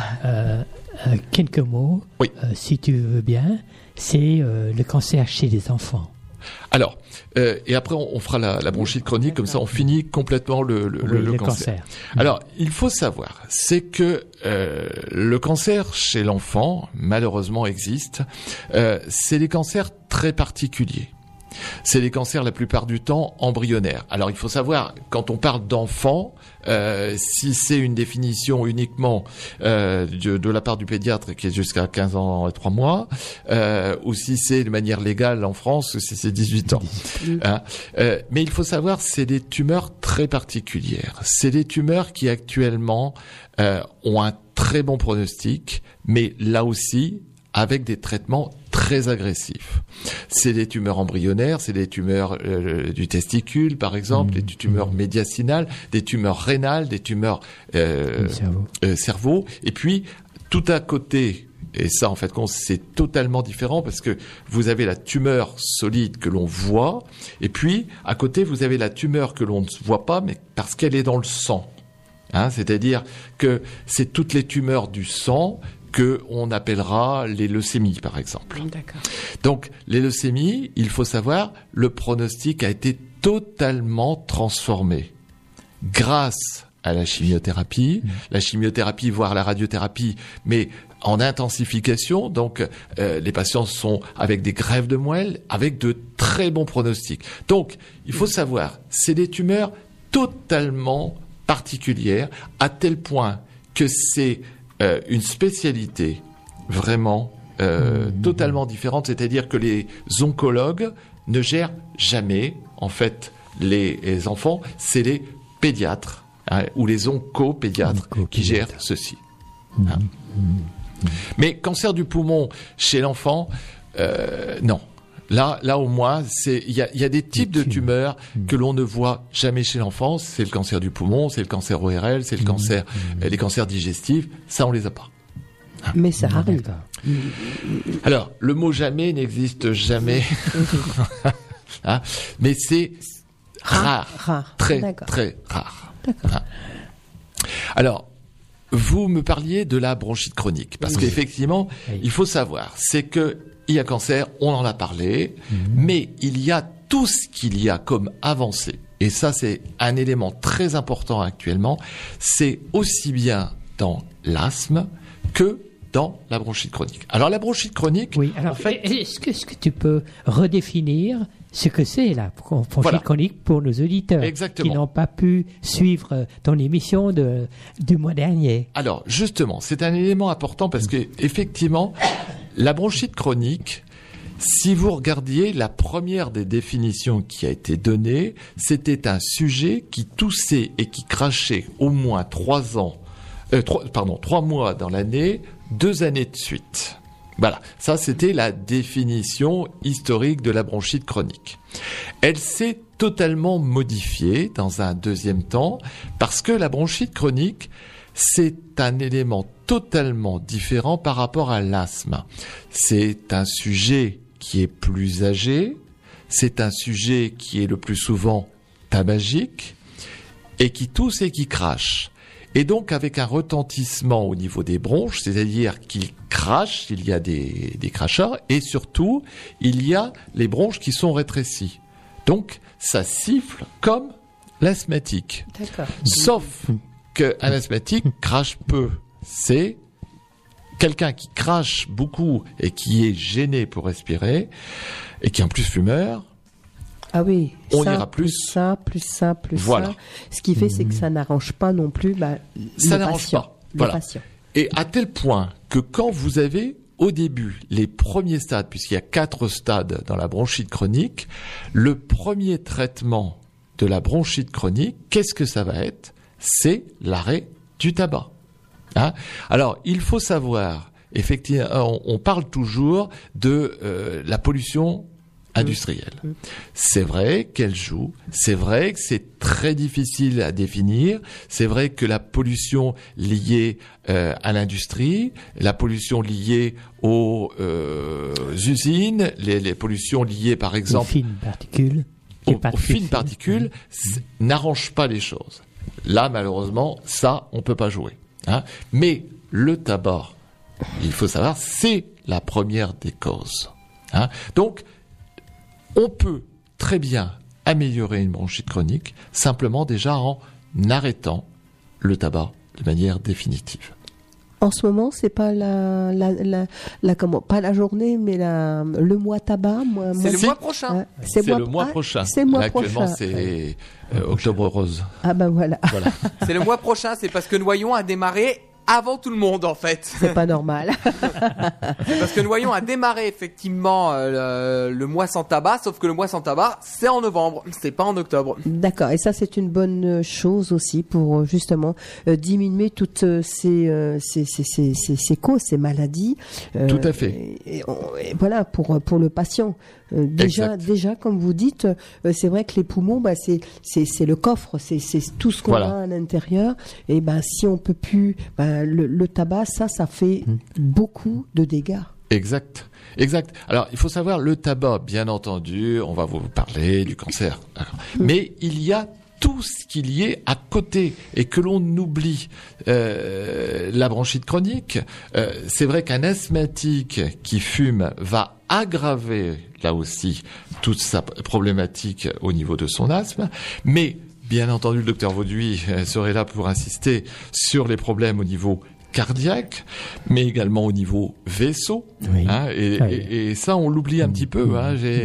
quelques mots, oui. Si tu veux bien. C'est le cancer chez les enfants. Alors, et après on fera la bronchite chronique, comme ça on finit complètement le cancer. Alors, il faut savoir, c'est que le cancer chez l'enfant, malheureusement, existe. C'est des cancers très particuliers. C'est des cancers la plupart du temps embryonnaires. Alors il faut savoir, quand on parle d'enfant, si c'est une définition uniquement de la part du pédiatre qui est jusqu'à 15 ans et 3 mois, ou si c'est de manière légale en France, si c'est 18 ans. Hein, mais il faut savoir, c'est des tumeurs très particulières. C'est des tumeurs qui actuellement ont un très bon pronostic, mais là aussi avec des traitements très agressifs. C'est des tumeurs embryonnaires, c'est des tumeurs du testicule, par exemple, des tumeurs médiastinales, des tumeurs rénales, des tumeurs cerveau. Et puis, tout à côté, et ça, en fait, c'est totalement différent parce que vous avez la tumeur solide que l'on voit, et puis, à côté, vous avez la tumeur que l'on ne voit pas, mais parce qu'elle est dans le sang. Hein, c'est-à-dire que c'est toutes les tumeurs du sang que on appellera les leucémies, par exemple. D'accord. Donc, les leucémies, il faut savoir, le pronostic a été totalement transformé grâce à la chimiothérapie, voire la radiothérapie, mais en intensification. Donc, les patients sont avec des greffes de moelle, avec de très bons pronostics. Donc, il faut savoir, c'est des tumeurs totalement particulières, à tel point que c'est une spécialité vraiment totalement différente, c'est-à-dire que les oncologues ne gèrent jamais, en fait, les enfants, c'est les pédiatres ou les oncopédiatres qui gèrent ceci. Hein. Mais cancer du poumon chez l'enfant, non. Là au moins, il y a des types de tumeurs que l'on ne voit jamais chez l'enfant. C'est le cancer du poumon, c'est le cancer ORL, c'est le cancer, les cancers digestifs. Ça, on les a pas. Mais ça arrive. Alors, le mot jamais n'existe jamais. Hein, mais c'est rare. Très rare. D'accord. Hein. Alors, vous me parliez de la bronchite chronique, parce qu'effectivement, il faut savoir, c'est que il y a cancer, on en a parlé, mais il y a tout ce qu'il y a comme avancée. Et ça, c'est un élément très important actuellement. C'est aussi bien dans l'asthme que dans la bronchite chronique. Alors, la bronchite chronique... Oui, alors, en fait, est-ce que tu peux redéfinir ce que c'est la bronchite chronique pour nos auditeurs qui n'ont pas pu suivre ton émission du mois dernier? Alors, justement, c'est un élément important parce que, effectivement, la bronchite chronique, si vous regardiez la première des définitions qui a été donnée, c'était un sujet qui toussait et qui crachait au moins 3 mois dans l'année, 2 années de suite. Voilà, ça c'était la définition historique de la bronchite chronique. Elle s'est totalement modifiée dans un deuxième temps parce que la bronchite chronique, c'est un élément totalement différent par rapport à l'asthme. C'est un sujet qui est plus âgé, c'est un sujet qui est le plus souvent tabagique et qui tousse et qui crache. Et donc avec un retentissement au niveau des bronches, c'est-à-dire qu'il crache, il y a des crachats, et surtout, il y a les bronches qui sont rétrécies. Donc, ça siffle comme l'asthmatique. D'accord. Sauf qu'un asthmatique crache peu. C'est quelqu'un qui crache beaucoup et qui est gêné pour respirer, et qui est en plus fumeur. Ah oui, on ça, ira plus ça. Voilà. Ça. Ce qui fait, c'est que ça n'arrange pas non plus ça n'arrange pas. Voilà. Patient. Et à tel point que quand vous avez au début les premiers stades, puisqu'il y a 4 stades dans la bronchite chronique, le premier traitement de la bronchite chronique, qu'est-ce que ça va être? C'est l'arrêt du tabac. Hein? Alors, il faut savoir, effectivement, on parle toujours de la pollution industrielle. C'est vrai qu'elle joue, c'est vrai que c'est très difficile à définir, c'est vrai que la pollution liée à l'industrie, la pollution liée aux usines, les pollutions liées par exemple aux fines particules n'arrangent pas les choses. Là, malheureusement, ça, on peut pas jouer. Hein. Mais le tabac, il faut savoir, c'est la première des causes. Hein. Donc, on peut très bien améliorer une bronchite chronique simplement déjà en arrêtant le tabac de manière définitive. En ce moment, c'est pas pas la journée, mais le mois tabac. C'est le mois prochain. C'est le mois prochain. C'est le mois actuellement, prochain. c'est Octobre Rose. Ah ben voilà. C'est le mois prochain. C'est parce que Noyon a démarré avant tout le monde en fait. C'est pas normal. C'est parce que Noyon a démarré effectivement le mois sans tabac, sauf que le mois sans tabac c'est en novembre, c'est pas en octobre. D'accord, et ça c'est une bonne chose aussi pour justement diminuer toutes ces causes, ces maladies. Tout à fait. Et voilà pour le patient. Déjà comme vous dites, c'est vrai que les poumons, c'est le coffre, c'est tout ce qu'on a à l'intérieur. Et si on peut plus, le tabac, ça fait beaucoup de dégâts. Exact. Alors, il faut savoir, le tabac, bien entendu, on va vous parler du cancer. Mais il y a tout ce qu'il y ait à côté et que l'on oublie. La bronchite chronique, c'est vrai qu'un asthmatique qui fume va aggraver, là aussi, toute sa problématique au niveau de son asthme, mais bien entendu, le docteur Vauduit serait là pour insister sur les problèmes au niveau cardiaque, mais également au niveau vaisseau. Oui. Hein, et ça, on l'oublie un petit peu.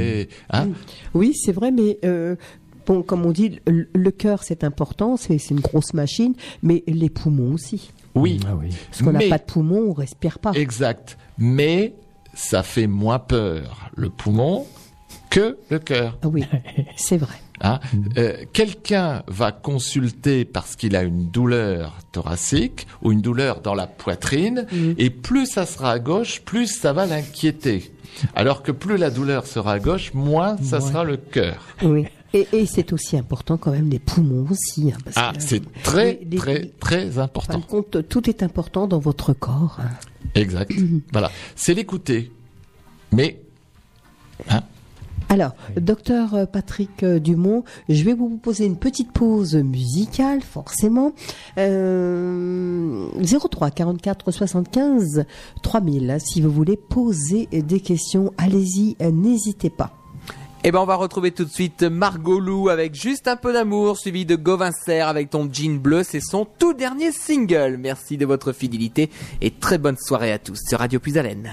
Oui, c'est vrai, mais bon, comme on dit, le cœur, c'est important, c'est une grosse machine, mais les poumons aussi. Oui. Parce qu'on n'a pas de poumons, on respire pas. Exact. Mais ça fait moins peur, le poumon, que le cœur. Oui, c'est vrai. Hein? Quelqu'un va consulter parce qu'il a une douleur thoracique ou une douleur dans la poitrine, et plus ça sera à gauche, plus ça va l'inquiéter. Alors que plus la douleur sera à gauche, moins ça sera le cœur. Oui. Et c'est aussi important quand même les poumons aussi. Hein, parce que c'est très important. En fin de compte, tout est important dans votre corps. Hein. Exact. Voilà, c'est l'écouter. Mais alors, docteur Patrick Dumont, je vais vous poser une petite pause musicale, forcément. 03 44 75 3000. Si vous voulez poser des questions, allez-y, n'hésitez pas. Et on va retrouver tout de suite Margot Lou avec Juste un peu d'amour, suivi de Gauvin Serre avec Ton jean bleu. C'est son tout dernier single. Merci de votre fidélité et très bonne soirée à tous sur Radio Puisalène.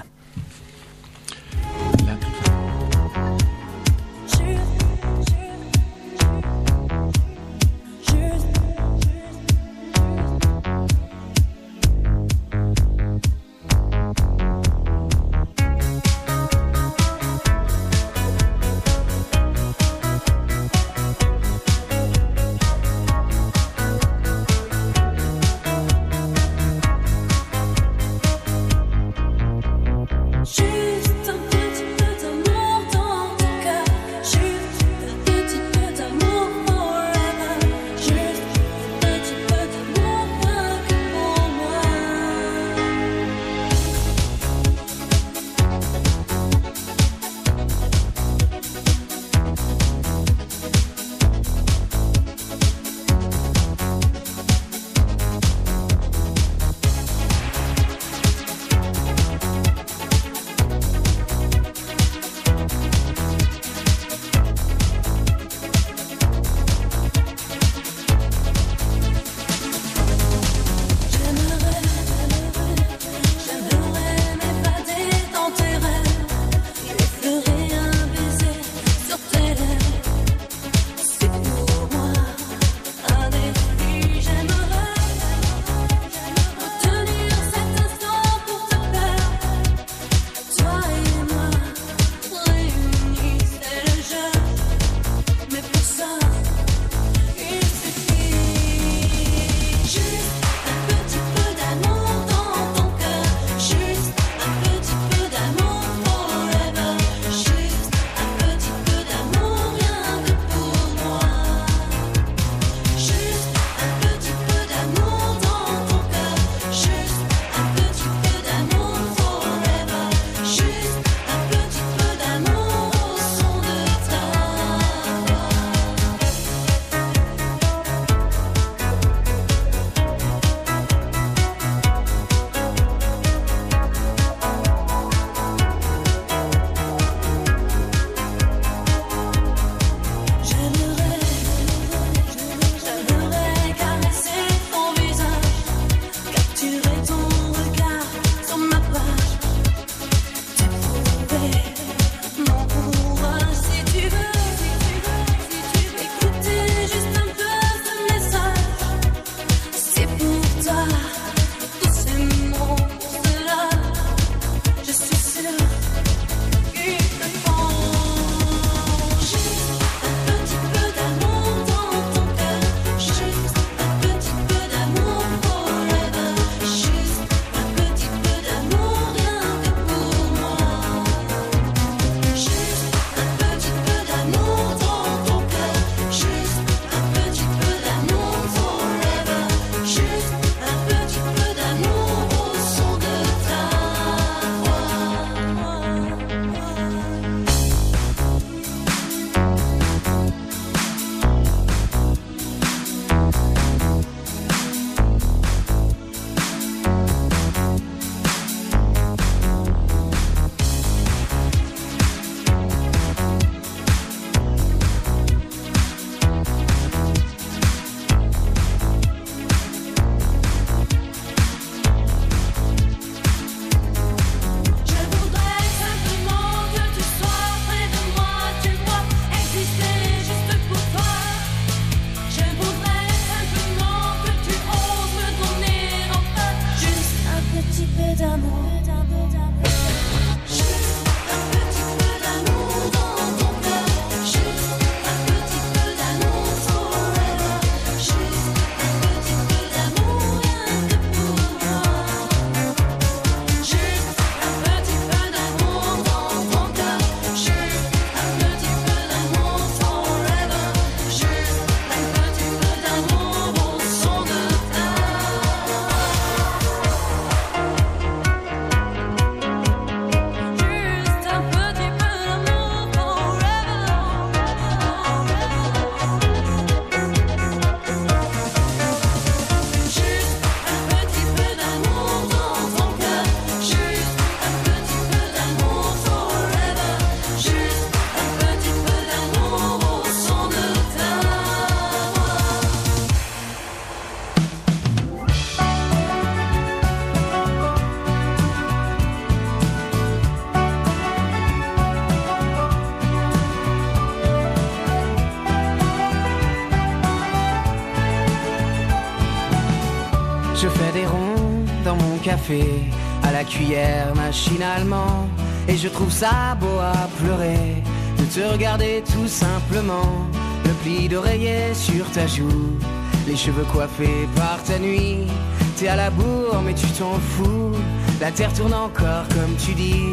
Je fais des ronds dans mon café, à la cuillère machinalement, et je trouve ça beau à pleurer, de te regarder tout simplement. Le pli d'oreiller sur ta joue, les cheveux coiffés par ta nuit. T'es à la bourre mais tu t'en fous, la terre tourne encore comme tu dis.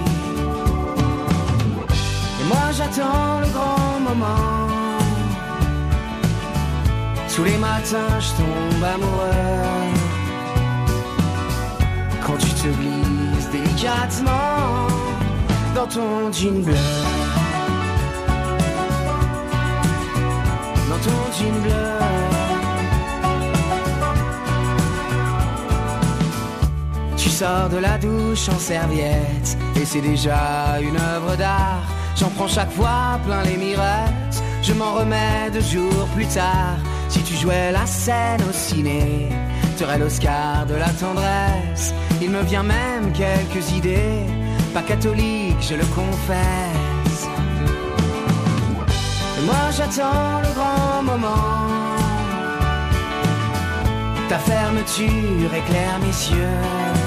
Et moi j'attends le grand moment, tous les matins je tombe amoureux, quand tu te glisses délicatement dans ton jean bleu, dans ton jean bleu. Tu sors de la douche en serviette et c'est déjà une œuvre d'art. J'en prends chaque fois plein les mirettes, je m'en remets 2 jours plus tard. Si tu jouais la scène au ciné, t'aurais l'Oscar de la tendresse. Il me vient même quelques idées, pas catholique, je le confesse. Et moi j'attends le grand moment, ta fermeture éclaire mes yeux,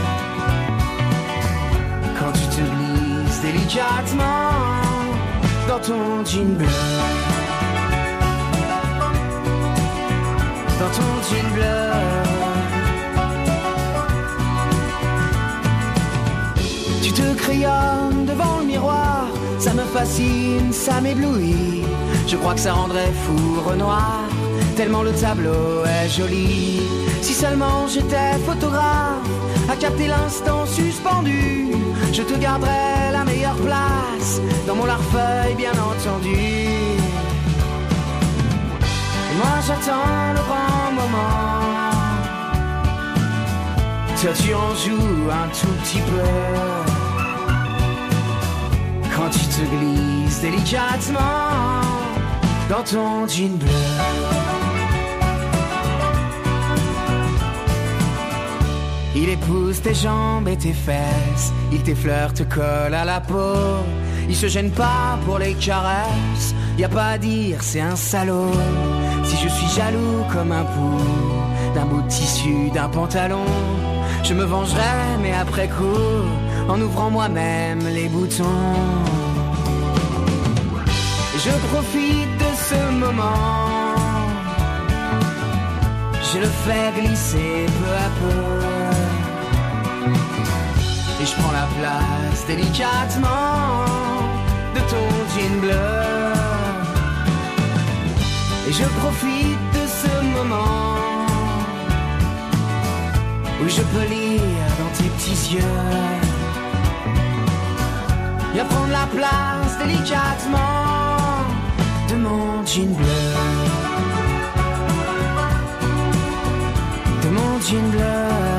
quand tu te glisses délicatement dans ton jean bleu, dans ton jean bleu. Tu te crayonnes devant le miroir, ça me fascine, ça m'éblouit. Je crois que ça rendrait fou Renoir, tellement le tableau est joli. Si seulement j'étais photographe, à capter l'instant suspendu, je te garderais la meilleure place, dans mon larfeuille bien entendu. Et moi j'attends le grand moment, toi tu en joues un tout petit peu, quand tu te glisses délicatement dans ton jean bleu. Il épouse tes jambes et tes fesses, il t'effleure, te colle à la peau. Il se gêne pas pour les caresses, y a pas à dire, c'est un salaud. Si je suis jaloux comme un pou d'un bout de tissu, d'un pantalon, je me vengerai mais après coup, en ouvrant moi-même les boutons. Et je profite de ce moment, je le fais glisser peu à peu, et je prends la place délicatement de ton jean bleu. Et je profite de ce moment où je peux lire dans tes petits yeux et prendre la place délicatement de mon jean bleu, de mon jean bleu.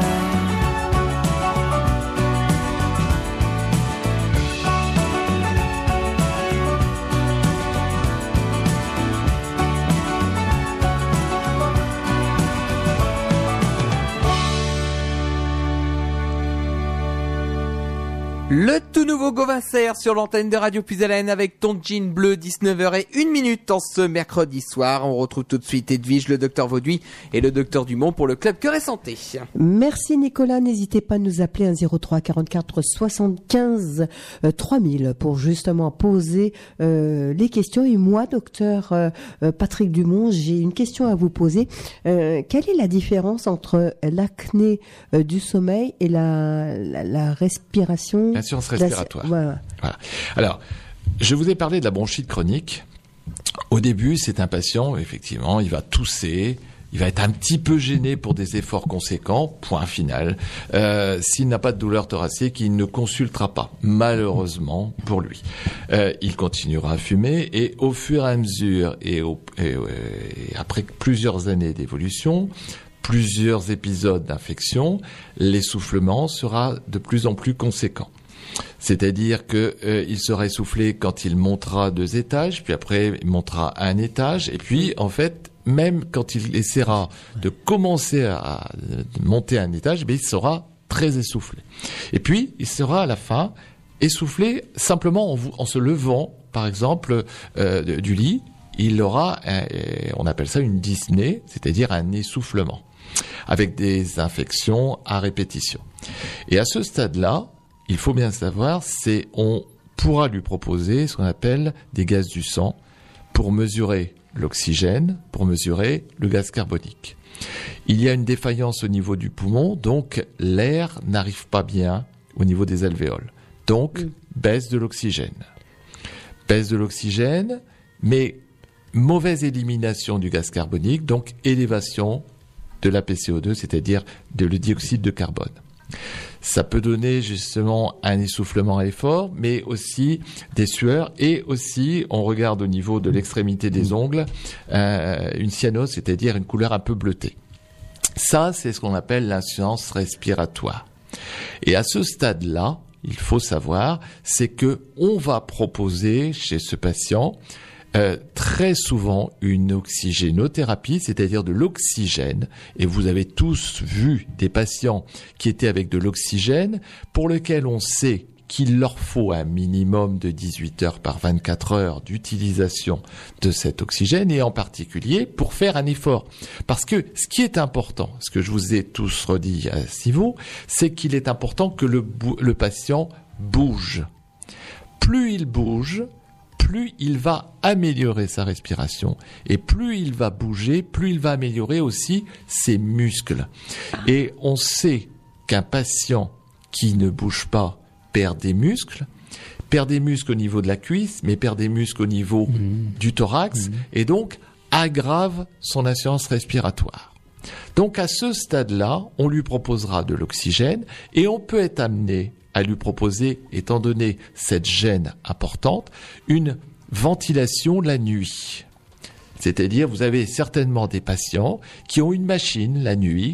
Le tout nouveau Gauvin sur l'antenne de Radio Puisalène avec ton jean bleu, 19h01 en ce mercredi soir. On retrouve tout de suite Edwige, le docteur Vauduit et le docteur Dumont pour le club Cœur et Santé. Merci Nicolas, n'hésitez pas à nous appeler 03 44 75 3000 pour justement poser les questions. Et moi, docteur Patrick Dumont, j'ai une question à vous poser. Quelle est la différence entre l'acné du sommeil et la respiration? L'insuffisance respiratoire. Voilà. Alors, je vous ai parlé de la bronchite chronique. Au début, c'est un patient, effectivement, il va tousser, il va être un petit peu gêné pour des efforts conséquents, point final. S'il n'a pas de douleur thoracique, il ne consultera pas, malheureusement pour lui. Il continuera à fumer et au fur et à mesure et après plusieurs années d'évolution, plusieurs épisodes d'infection, l'essoufflement sera de plus en plus conséquent. C'est-à-dire que il sera essoufflé quand il montera 2 étages, puis après il montera 1 étage, et puis en fait, même quand il essaiera de commencer à monter 1 étage, il sera très essoufflé. Et puis il sera à la fin essoufflé simplement en se levant, par exemple, du lit. Il aura, on appelle ça une dyspnée, c'est-à-dire un essoufflement. avec des infections à répétition. Et à ce stade-là, il faut bien savoir, on pourra lui proposer ce qu'on appelle des gaz du sang pour mesurer l'oxygène, pour mesurer le gaz carbonique. Il y a une défaillance au niveau du poumon, donc l'air n'arrive pas bien au niveau des alvéoles. Donc, baisse de l'oxygène. Baisse de l'oxygène, mais mauvaise élimination du gaz carbonique, donc élévation de la PCO2, c'est-à-dire de le dioxyde de carbone. Ça peut donner justement un essoufflement à l'effort, mais aussi des sueurs, et aussi, on regarde au niveau de l'extrémité des ongles, une cyanose, c'est-à-dire une couleur un peu bleutée. Ça, c'est ce qu'on appelle l'insuffisance respiratoire. Et à ce stade-là, il faut savoir, c'est que on va proposer chez ce patient très souvent une oxygénothérapie, c'est-à-dire de l'oxygène. Et vous avez tous vu des patients qui étaient avec de l'oxygène, pour lesquels on sait qu'il leur faut un minimum de 18 heures par 24 heures d'utilisation de cet oxygène, et en particulier pour faire un effort. Parce que ce qui est important, ce que je vous ai tous redit à ce niveau, c'est qu'il est important que le patient bouge. Plus il bouge, plus il va améliorer sa respiration. Et plus il va bouger, plus il va améliorer aussi ses muscles. Et on sait qu'un patient qui ne bouge pas perd des muscles au niveau de la cuisse, mais perd des muscles au niveau du thorax, et donc aggrave son insuffisance respiratoire. Donc à ce stade-là, on lui proposera de l'oxygène, et on peut être amené à lui proposer, étant donné cette gêne importante, une ventilation la nuit. C'est-à-dire, vous avez certainement des patients qui ont une machine la nuit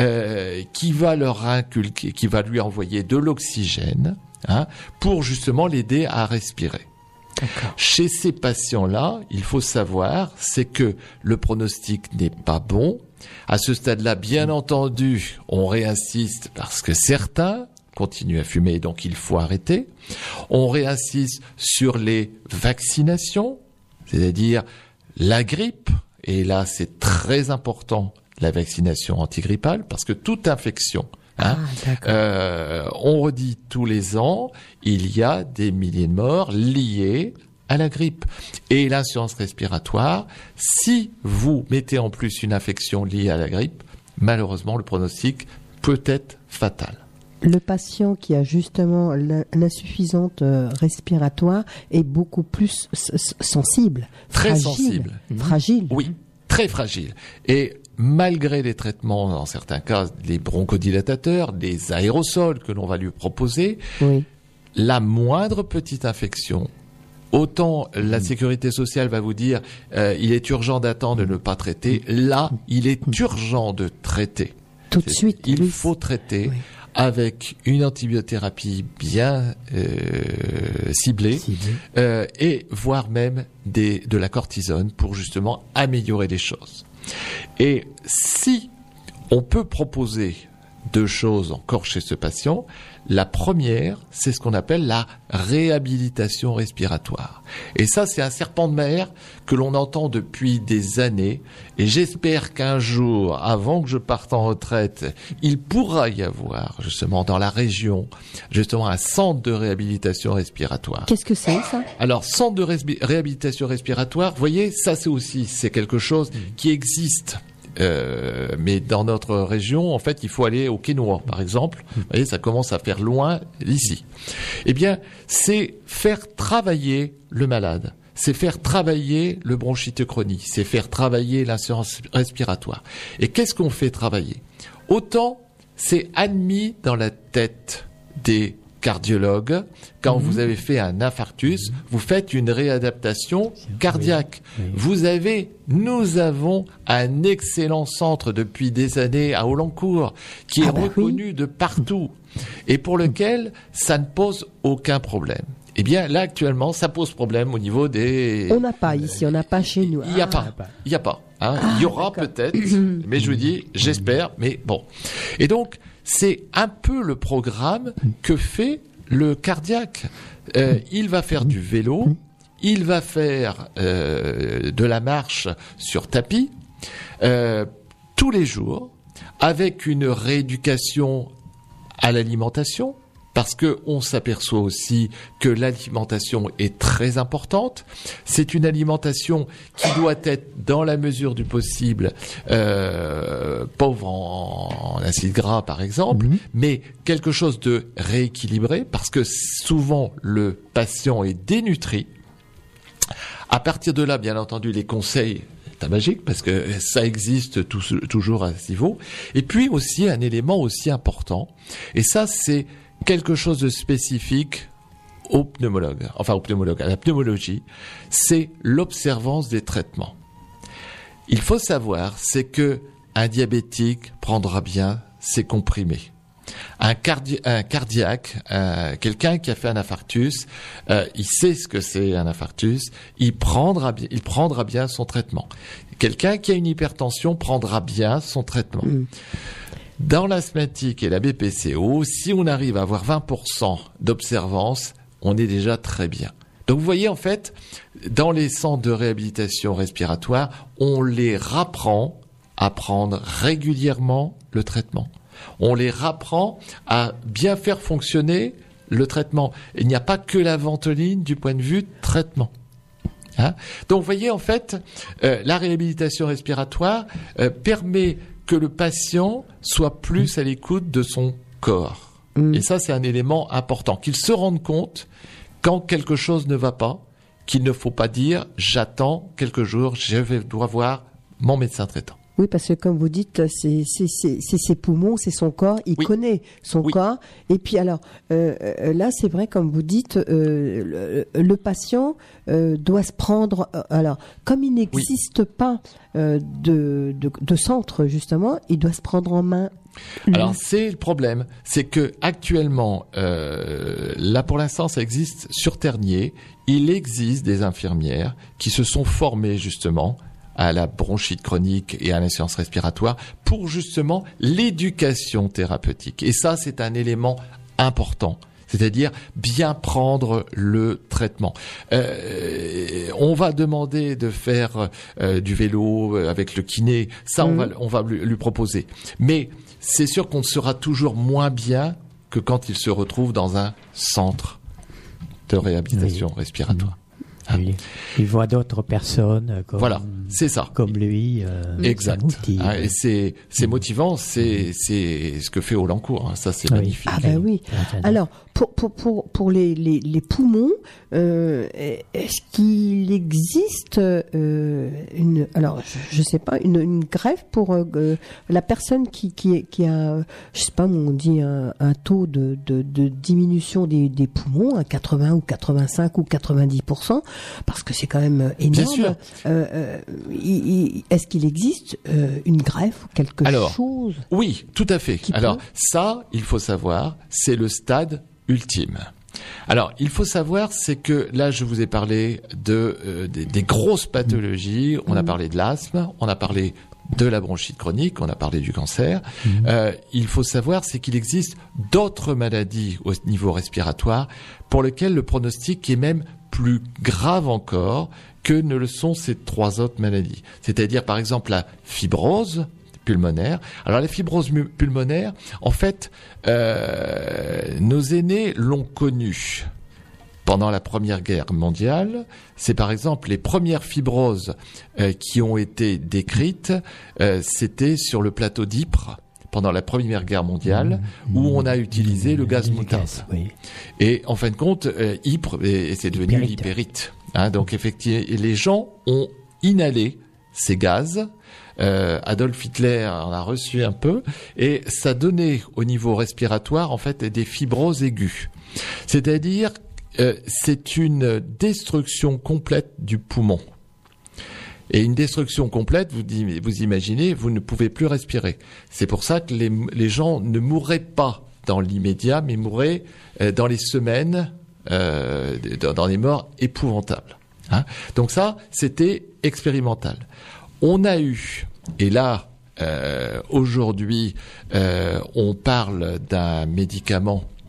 qui va leur inculquer, qui va lui envoyer de l'oxygène pour justement l'aider à respirer. D'accord. Chez ces patients-là, il faut savoir, c'est que le pronostic n'est pas bon. À ce stade-là, bien entendu, on réinsiste parce que certains continuent à fumer, donc il faut arrêter. On réinsiste sur les vaccinations, c'est-à-dire la grippe, et là c'est très important, la vaccination antigrippale, parce que toute infection, on redit tous les ans, il y a des milliers de morts liés à la grippe. Et l'insuffisance respiratoire, si vous mettez en plus une infection liée à la grippe, malheureusement le pronostic peut être fatal. Le patient qui a justement l'insuffisante respiratoire est beaucoup plus sensible, très sensible, fragile. Oui, très fragile. Et malgré les traitements, dans certains cas, les bronchodilatateurs, les aérosols que l'on va lui proposer, la moindre petite infection, autant la sécurité sociale va vous dire il est urgent d'attendre de ne pas traiter, là, il est urgent de traiter. Tout de suite. Il faut traiter. Avec une antibiothérapie bien ciblée, et voire même de la cortisone pour justement améliorer les choses. Et si on peut proposer deux choses encore chez ce patient, la première, c'est ce qu'on appelle la réhabilitation respiratoire. Et ça, c'est un serpent de mer que l'on entend depuis des années. Et j'espère qu'un jour, avant que je parte en retraite, il pourra y avoir, justement, dans la région, justement, un centre de réhabilitation respiratoire. Qu'est-ce que c'est, ça? Alors, centre de réhabilitation respiratoire, vous voyez, ça, c'est quelque chose qui existe. Mais dans notre région, en fait, il faut aller au Quénois, par exemple. Vous voyez, ça commence à faire loin d'ici. Eh bien, c'est faire travailler le malade. C'est faire travailler le bronchite chronique. C'est faire travailler l'insuffisance respiratoire. Et qu'est-ce qu'on fait travailler? Autant c'est admis dans la tête des cardiologues, quand vous avez fait un infarctus, vous faites une réadaptation cardiaque. Nous avons un excellent centre depuis des années à Aulencourt, qui est reconnu de partout, et pour lequel ça ne pose aucun problème. Eh bien, là, actuellement, ça pose problème au niveau des... On n'a pas ici, on n'a pas chez nous. Il n'y a pas. Il y aura peut-être, mais je vous dis, j'espère, mais bon. Et donc, c'est un peu le programme que fait le cardiaque. Il va faire du vélo, il va faire de la marche sur tapis tous les jours, avec une rééducation à l'alimentation, parce que on s'aperçoit aussi que l'alimentation est très importante. C'est une alimentation qui doit être, dans la mesure du possible, pauvre en acides gras, par exemple, mais quelque chose de rééquilibré, parce que souvent le patient est dénutri. À partir de là, bien entendu, les conseils tabagiques, parce que ça existe toujours à ce niveau. Et puis aussi un élément aussi important, et ça c'est quelque chose de spécifique aux pneumologues, à la pneumologie, c'est l'observance des traitements. Il faut savoir, c'est que un diabétique prendra bien ses comprimés. Un cardiaque, quelqu'un qui a fait un infarctus, il sait ce que c'est un infarctus, il prendra bien son traitement. Quelqu'un qui a une hypertension prendra bien son traitement. Dans l'asthmatique et la BPCO, si on arrive à avoir 20% d'observance, on est déjà très bien. Donc vous voyez, en fait, dans les centres de réhabilitation respiratoire, on les rapprend à prendre régulièrement le traitement. On les rapprend à bien faire fonctionner le traitement. Il n'y a pas que la ventoline du point de vue traitement. Donc vous voyez, en fait, la réhabilitation respiratoire permet que le patient soit plus à l'écoute de son corps. Et ça, c'est un élément important. Qu'il se rende compte quand quelque chose ne va pas, qu'il ne faut pas dire « j'attends quelques jours, dois voir mon médecin traitant ». Oui, parce que comme vous dites, c'est ses poumons, c'est son corps, il connaît son corps. Et puis alors, là, c'est vrai, comme vous dites, le patient doit se prendre... alors, comme il n'existe pas de centre, justement, il doit se prendre en main. Alors, c'est le problème, c'est que actuellement, là pour l'instant, ça existe sur Ternier. Il existe des infirmières qui se sont formées justement à la bronchite chronique et à l'insuffisance respiratoire pour justement l'éducation thérapeutique. Et ça, c'est un élément important. C'est-à-dire bien prendre le traitement. On va demander de faire du vélo avec le kiné. Ça, on va lui proposer. Mais c'est sûr qu'on sera toujours moins bien que quand il se retrouve dans un centre de réhabilitation respiratoire. Il voit d'autres personnes comme, c'est ça. Comme lui. Exact. Et c'est motivant, c'est ce que fait Olencourt. Ça, c'est magnifique. Ah ben oui. Alors, pour les poumons, est-ce qu'il existe je sais pas, une greffe pour la personne qui a, je sais pas, on dit un taux de diminution des poumons à 80 ou 85 ou 90%, parce que c'est quand même énorme. Bien sûr. Est-ce qu'il existe une greffe ou quelque chose? Oui, tout à fait. Alors ça, il faut savoir, c'est le stade ultime. Alors, il faut savoir, c'est que là, je vous ai parlé des grosses pathologies. On a parlé de l'asthme, on a parlé de la bronchite chronique, on a parlé du cancer. Il faut savoir, c'est qu'il existe d'autres maladies au niveau respiratoire pour lesquelles le pronostic est même plus grave encore que ne le sont ces trois autres maladies. C'est-à-dire, par exemple, la fibrose pulmonaire. Alors la fibrose pulmonaire, en fait, nos aînés l'ont connue pendant la Première Guerre mondiale. C'est par exemple les premières fibroses qui ont été décrites, c'était sur le plateau d'Ypres pendant la Première Guerre mondiale, où on a utilisé le gaz moutarde. Et en fin de compte, Ypres, c'est devenu l'hypérite. Donc effectivement, les gens ont inhalé ces gaz. Adolf Hitler en a reçu un peu, et ça donnait au niveau respiratoire en fait des fibroses aiguës. C'est-à-dire, c'est une destruction complète du poumon. Et une destruction complète, vous imaginez, vous ne pouvez plus respirer. C'est pour ça que les gens ne mourraient pas dans l'immédiat, mais mourraient dans les semaines, dans des morts épouvantables. Donc ça, c'était expérimental. On a eu, et là, aujourd'hui, on parle d'un médicament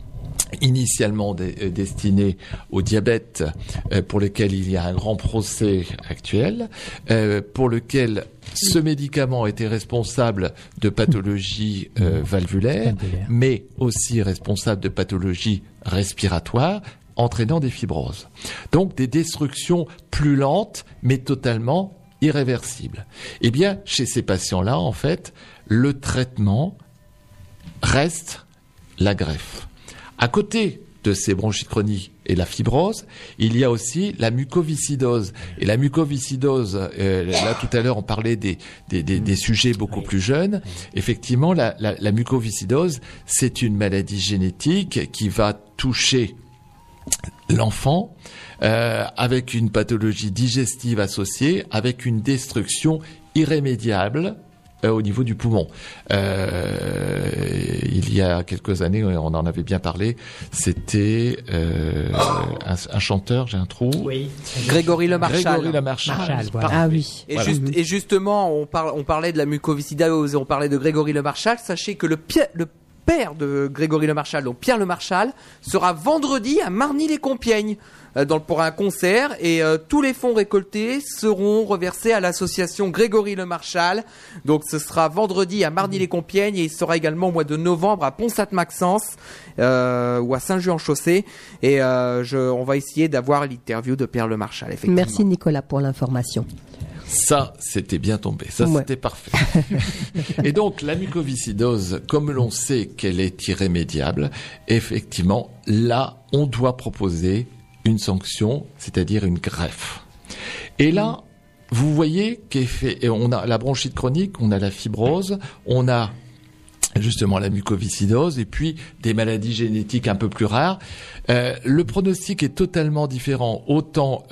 initialement destiné au diabète, pour lequel il y a un grand procès actuel, pour lequel ce médicament était responsable de pathologies valvulaires, mais aussi responsable de pathologies respiratoires, entraînant des fibroses. Donc des destructions plus lentes, mais totalement irréversibles. Eh bien, chez ces patients-là, en fait, le traitement reste la greffe. À côté de ces bronchites chroniques et la fibrose, il y a aussi la mucoviscidose. Et la mucoviscidose, là tout à l'heure on parlait des sujets beaucoup plus jeunes. Effectivement, la mucoviscidose, c'est une maladie génétique qui va toucher l'enfant avec une pathologie digestive associée, avec une destruction irrémédiable au niveau du poumon. Il y a quelques années, on en avait bien parlé, c'était un chanteur, j'ai un trou. Oui. Grégory Le Marchal. Grégory Le Marchal. Voilà. Ah oui. Et, Voilà. et justement, on parlait de la mucoviscidose, on parlait de Grégory Le Marchal. Sachez que le père de Grégory Le Marchal, donc Pierre Le Marchal, sera vendredi à Marny-les-Compiègnes pour un concert, et tous les fonds récoltés seront reversés à l'association Grégory Le Marchal. Donc ce sera vendredi à Marny-les-Compiègnes, et il sera également au mois de novembre à Pont-Sainte-Maxence ou à Saint-Just-en-Chaussée. Et on va essayer d'avoir l'interview de Pierre Le Marchal, effectivement. Merci Nicolas pour l'information. Ça, c'était bien tombé. Ça, Ouais. c'était parfait. Et donc, la mucoviscidose, comme l'on sait qu'elle est irrémédiable, effectivement, là, on doit proposer une sanction, c'est-à-dire une greffe. Et là, vous voyez on a la bronchite chronique, on a la fibrose, on a justement la mucoviscidose, et puis des maladies génétiques un peu plus rares. Le pronostic est totalement différent. Autant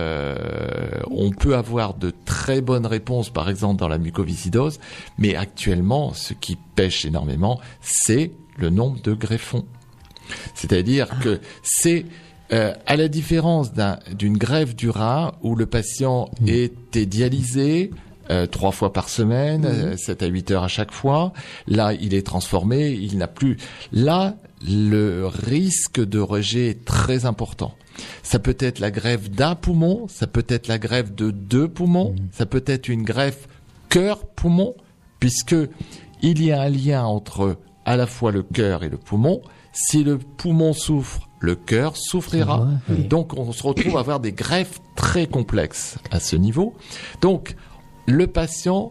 on peut avoir de très bonnes réponses, par exemple dans la mucoviscidose, mais actuellement, ce qui pêche énormément, c'est le nombre de greffons. C'est-à-dire que c'est à la différence d'une greffe du rein où le patient était dialysé 3 fois par semaine, 7 à 8 heures à chaque fois. Là, il est transformé, il n'a plus. Là, le risque de rejet est très important. Ça peut être la greffe d'un poumon, ça peut être la greffe de 2 poumons, ça peut être une greffe cœur-poumon, puisque il y a un lien entre à la fois le cœur et le poumon. Si le poumon souffre, le cœur souffrira. Oui. Donc, on se retrouve à avoir des greffes très complexes à ce niveau. Donc, le patient,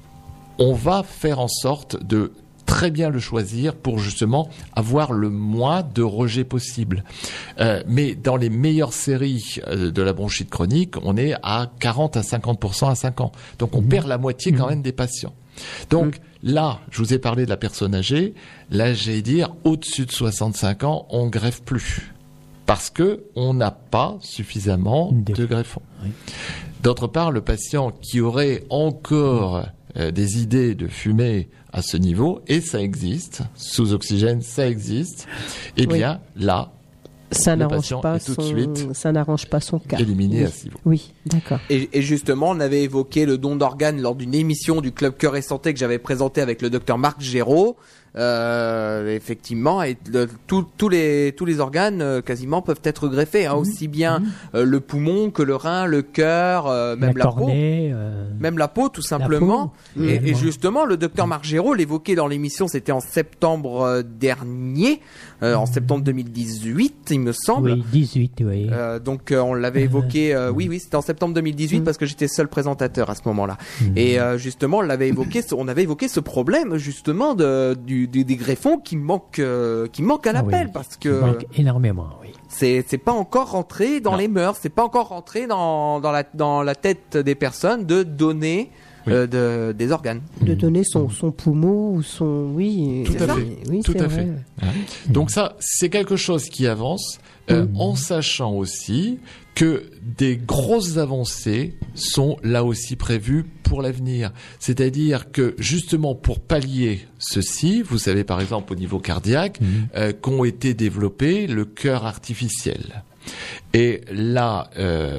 on va faire en sorte de très bien le choisir pour justement avoir le moins de rejet possible. Mais dans les meilleures séries de la bronchite chronique, on est à 40 à 50% à 5 ans. Donc, on perd la moitié quand même des patients. Donc là, je vous ai parlé de la personne âgée. Là, j'allais dire, au-dessus de 65 ans, on greffe plus. Parce que on n'a pas suffisamment de greffons. Oui. D'autre part, le patient qui aurait encore des idées de fumer à ce niveau, et ça existe, sous oxygène, ça existe, eh bien, là, Ça le n'arrange patient pas est tout de suite ça n'arrange pas son cas. éliminé Oui. à ce niveau. Oui, d'accord. Et justement, on avait évoqué le don d'organes lors d'une émission du Club Cœur et Santé que j'avais présenté avec le docteur Marc Géraud. Effectivement, et tous les organes quasiment peuvent être greffés, hein, aussi bien le poumon que le rein, le cœur, même la cornée, même la peau tout simplement. peau, Et justement, le docteur Marc Géraud l'évoquait dans l'émission, c'était en septembre dernier, en septembre 2018, il me semble. Oui, 18, oui. Donc on l'avait évoqué, oui, c'était en septembre 2018 parce que j'étais seul présentateur à ce moment-là. Et justement, on avait évoqué ce problème justement des greffons qui manquent à l'appel, Oui, parce il que manque énormément, oui. c'est pas encore rentré dans les mœurs, c'est pas encore rentré dans la tête des personnes de donner des organes. De donner son poumon ou son... Oui, Tout à c'est fait. vrai. Oui, Tout c'est à vrai. fait. Hein. Donc ça, c'est quelque chose qui avance, en sachant aussi que des grosses avancées sont là aussi prévues pour l'avenir. C'est-à-dire que justement pour pallier ceci, vous savez par exemple au niveau cardiaque, qu'ont été développés le cœur artificiel. Et là,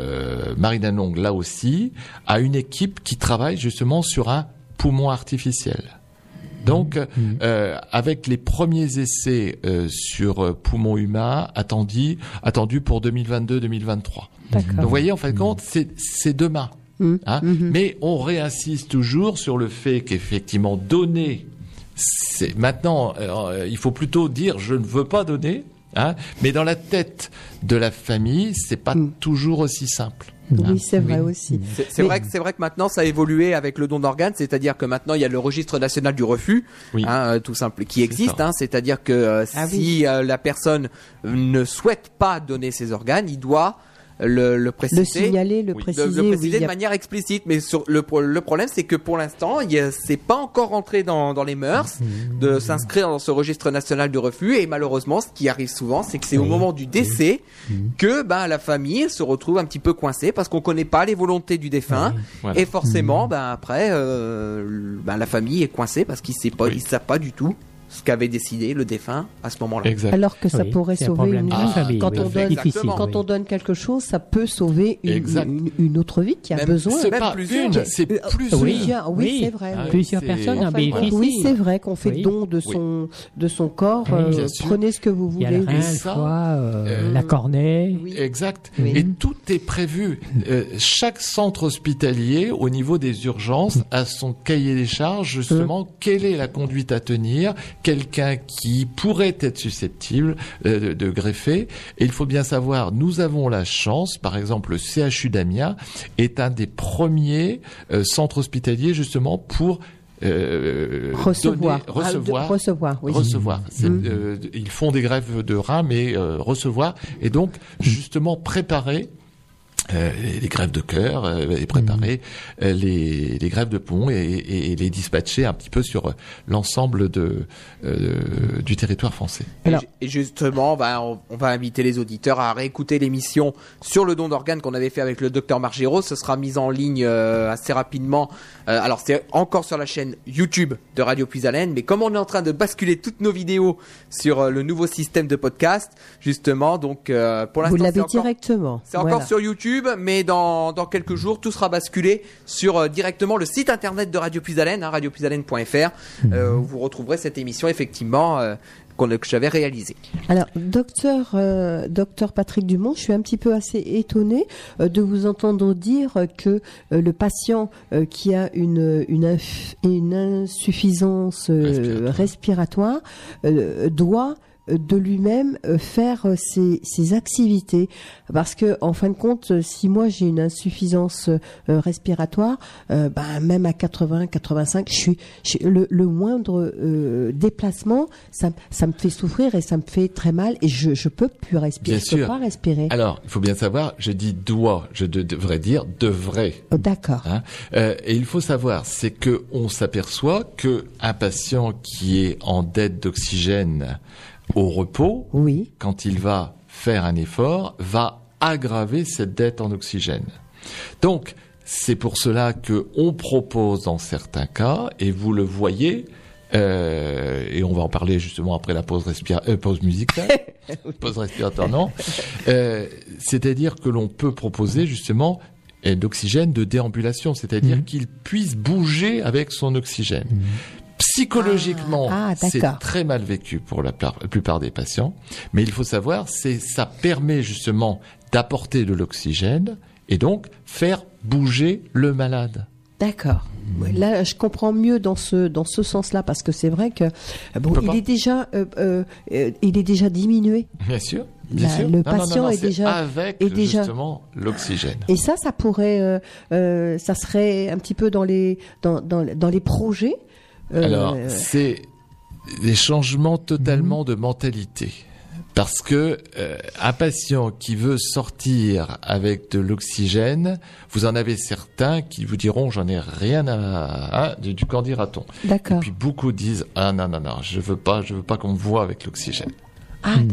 Marie Danong, là aussi, a une équipe qui travaille justement sur un poumon artificiel. Donc, avec les premiers essais sur poumons humains attendus pour 2022-2023. Donc, vous voyez, en fin de compte, c'est demain. Mais on réinsiste toujours sur le fait qu'effectivement, donner, c'est maintenant, il faut plutôt dire je ne veux pas donner, mais dans la tête de la famille, c'est pas toujours aussi simple. Oui, c'est vrai aussi. C'est vrai que maintenant ça a évolué avec le don d'organes, c'est-à-dire que maintenant il y a le registre national du refus, tout simple, qui existe. C'est-à-dire que si la personne ne souhaite pas donner ses organes, il doit le préciser, le signaler, le préciser, le préciser de manière explicite. Mais le problème, c'est que pour l'instant, c'est pas encore rentré dans les mœurs de s'inscrire dans ce registre national du refus. Et malheureusement, ce qui arrive souvent, c'est que c'est au moment du décès que la famille se retrouve un petit peu coincée parce qu'on connaît pas les volontés du défunt. Et forcément, après, la famille est coincée parce qu'ils savent pas du tout ce qu'avait décidé le défunt à ce moment-là. Exact. Alors que ça pourrait sauver une vie. Quand on donne quelque chose, ça peut sauver une autre vie qui a besoin. C'est pas plusieurs. C'est plusieurs. Oui, c'est vrai. Plusieurs personnes en bénéficient. Oui, c'est vrai qu'on fait don de son corps. Prenez ce que vous voulez. Il y a le rein, le foie, la cornée. Exact. Et tout est prévu. Chaque centre hospitalier, au niveau des urgences, a son cahier des charges, justement, quelle est la conduite à tenir, quelqu'un qui pourrait être susceptible de greffer. Et il faut bien savoir, nous avons la chance, par exemple, le CHU d'Amiens est un des premiers centres hospitaliers justement pour recevoir. Ils font des greffes de reins, mais recevoir et donc justement préparer les greffes de cœur, et préparer les greffes de poumons et les dispatcher un petit peu sur l'ensemble du territoire français. Et justement, on va inviter les auditeurs à réécouter l'émission sur le don d'organes qu'on avait fait avec le docteur Margéraud. Ce sera mis en ligne assez rapidement. Alors c'est encore sur la chaîne YouTube de Radio Puisalène, mais comme on est en train de basculer toutes nos vidéos sur le nouveau système de podcast, justement, donc pour l'instant vous l'avez directement. C'est encore sur YouTube. Mais dans quelques jours, tout sera basculé sur directement le site internet de Radio Puisalène, radiopuisalène.fr. Vous retrouverez cette émission effectivement que j'avais réalisée. Alors, docteur Patrick Dumont, je suis un petit peu assez étonnée de vous entendre dire que le patient qui a une insuffisance respiratoire doit de lui-même faire ses activités, parce que en fin de compte, si moi j'ai une insuffisance respiratoire, même à 80-85, le moindre déplacement, ça me fait souffrir et ça me fait très mal et je peux plus respirer. Bien sûr. Je peux pas respirer. Alors, il faut bien savoir, je dis doit, je devrais dire devrait. D'accord. Et il faut savoir, c'est que on s'aperçoit que un patient qui est en dette d'oxygène au repos, quand il va faire un effort, va aggraver cette dette en oxygène. Donc, c'est pour cela que on propose dans certains cas, et vous le voyez, et on va en parler justement après la pause musicale, pause respiratoire, non, c'est-à-dire que l'on peut proposer justement l'oxygène de déambulation, c'est-à-dire qu'il puisse bouger avec son oxygène. Psychologiquement, c'est très mal vécu pour la plupart des patients, mais il faut savoir, ça permet justement d'apporter de l'oxygène et donc faire bouger le malade. D'accord. Là, je comprends mieux dans ce sens-là, parce que c'est vrai que il est déjà diminué. Bien sûr. Le patient est déjà avec justement l'oxygène. Et ça pourrait, ça serait un petit peu dans les projets. Alors, c'est des changements totalement de mentalité. Parce que un patient qui veut sortir avec de l'oxygène, vous en avez certains qui vous diront j'en ai rien du qu'en dira-t-on. D'accord. Et puis beaucoup disent non, je veux pas qu'on me voie avec l'oxygène. D'accord.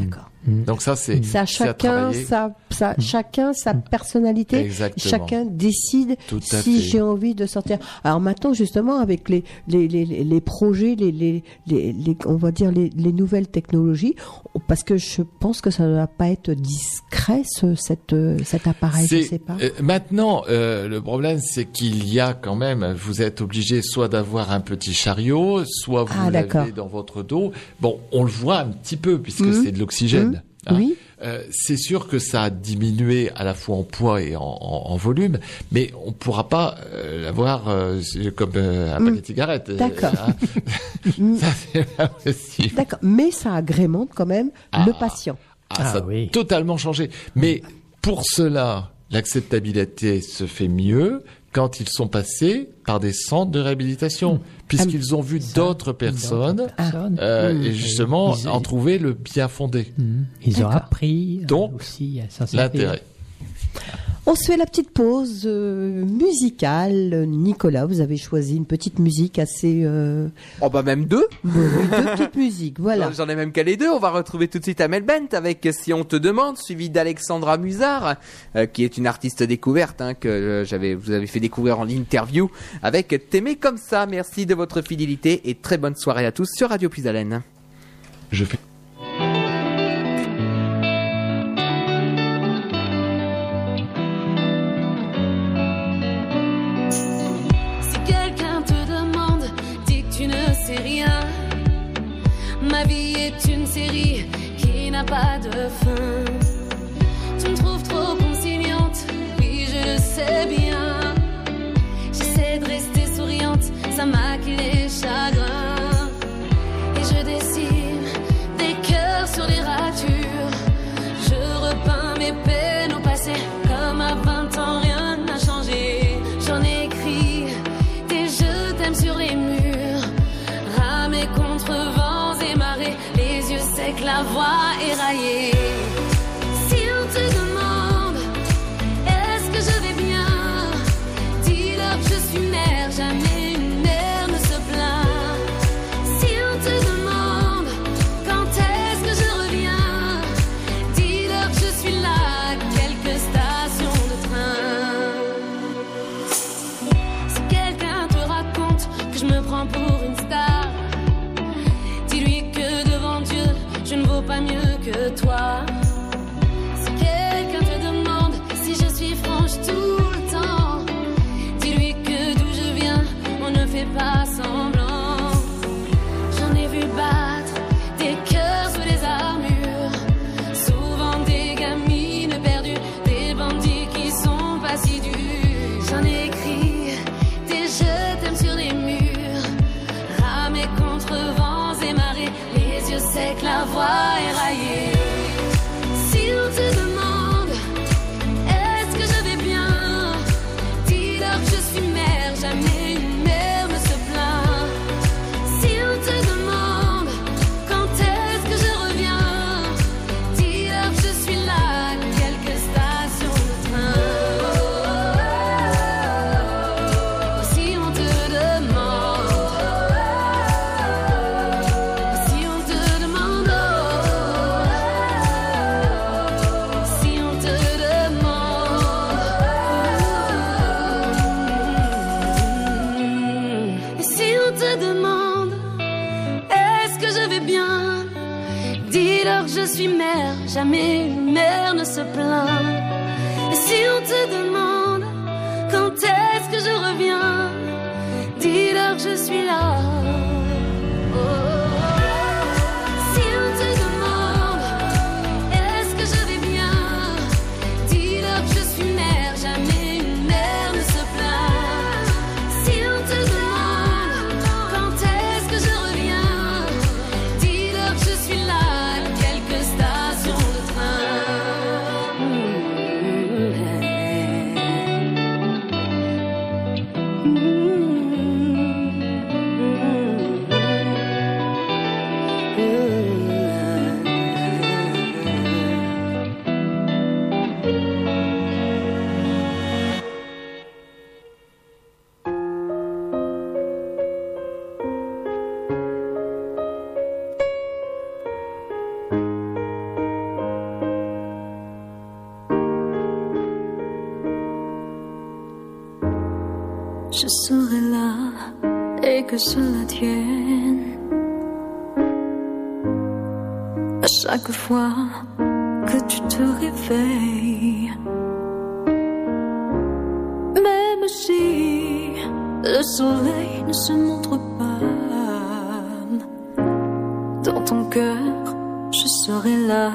Donc ça, c'est à chacun chacun sa personnalité. Exactement. Chacun décide Tout à si fait. j'ai envie de sortir. Alors maintenant, justement, avec les projets, on va dire les nouvelles technologies, parce que je pense que ça ne va pas être discret cet appareil. Je sais pas. Maintenant, le problème, c'est qu'il y a quand même, vous êtes obligé soit d'avoir un petit chariot, soit vous l'avez dans votre dos. Bon, on le voit un petit peu puisque c'est de l'oxygène. Oui. C'est sûr que ça a diminué à la fois en poids et en volume, mais on pourra pas l'avoir comme un paquet de cigarettes. D'accord. Ça, c'est pas possible. D'accord. Mais ça agrémente quand même le patient. Ça a totalement changé. Mais pour cela, l'acceptabilité se fait mieux quand ils sont passés par des centres de réhabilitation, puisqu'ils ont vu d'autres personnes et justement en trouver le bien fondé. Ils ont appris donc aussi à s'en l'intérêt. On se fait la petite pause musicale. Nicolas, vous avez choisi une petite musique assez... Oh bah même deux. Deux petites musiques, voilà. J'en ai même calé deux. On va retrouver tout de suite Amel Bent avec Si on te demande, suivi d'Alexandra Musard, qui est une artiste découverte que vous avez fait découvrir en interview avec T'aimer comme ça. Merci de votre fidélité et très bonne soirée à tous sur Radio Puisalène. Je fais... Ma vie est une série qui n'a pas de fin. Tu me trouves trop conciliante, oui je le sais bien. J'essaie de rester souriante, ça maquille les chagrins. Et je dessine des cœurs sur les ratures. Je repeins mes peines au passé, comme à 20 ans rien n'a changé. J'en ai écrit des je t'aime sur les murs, ramé contre vents et marées, les yeux secs, la voix éraillée. Si on te demande est-ce que je vais bien, dis-leur que je suis mère, jamais une mère ne se plaint. Si on te demande quand est-ce que je reviens, dis-leur que je suis là, à quelques stations de train. Si quelqu'un te raconte que je me prends pour une star, dis-lui que devant Dieu, je ne vaux pas mieux que toi. Si quelqu'un te demande si je suis franche tout le temps, dis-lui que d'où je viens, on ne fait pas semblant. J'en ai vu battre des cœurs sous les armures, souvent des gamines perdues, des bandits qui sont pas si durs. J'en ai écrit des je t'aime sur les murs, ramé contre vents et marées, les yeux secs, la voix éraillée. Si on te demande est-ce que je vais bien, dis-leur que je suis mère, jamais une mère ne se plaint. Si on te demande quand est-ce que je reviens, dis-leur que je suis là, à quelques stations de train. Si on te demande, si on te demande, si on te demande, et si on te demande est-ce que je vais bien, dis-leur que je suis mère, jamais une mère ne se plaint. Et si on te demande quand est-ce que je reviens, dis-leur que je suis là. Si on te demande est-ce que je vais bien, dis-leur que je suis mère, jamais une mère ne se plaint. Si on te demande quand est-ce que je reviens, dis-leur que je suis là, à quelques stations de train. je serai là et que cela tienne. À chaque fois que tu te réveilles, même si le soleil ne se montre pas, dans ton cœur, je serai là.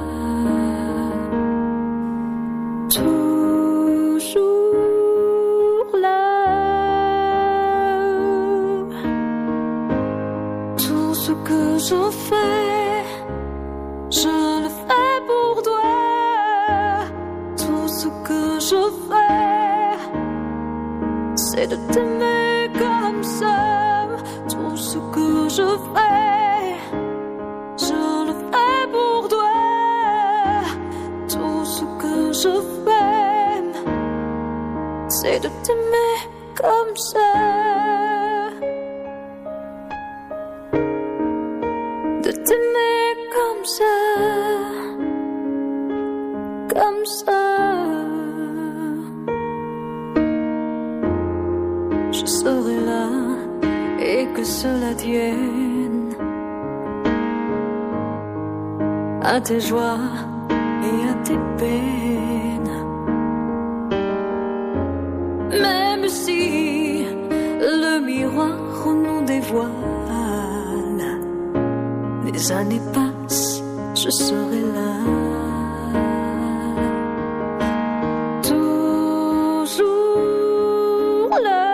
Toujours là. Tout ce que je fais, je le fais pour toi. Tout ce que je fais, c'est de t'aimer comme ça. Tout ce que je fais, je le fais pour toi. Tout ce que je fais, c'est de t'aimer comme ça. De t'aimer comme ça. Comme ça. Je serai là et que cela tienne à tes joies et à tes peines. Même si le miroir nous dévoile, les années passent, je serai là. Toujours là.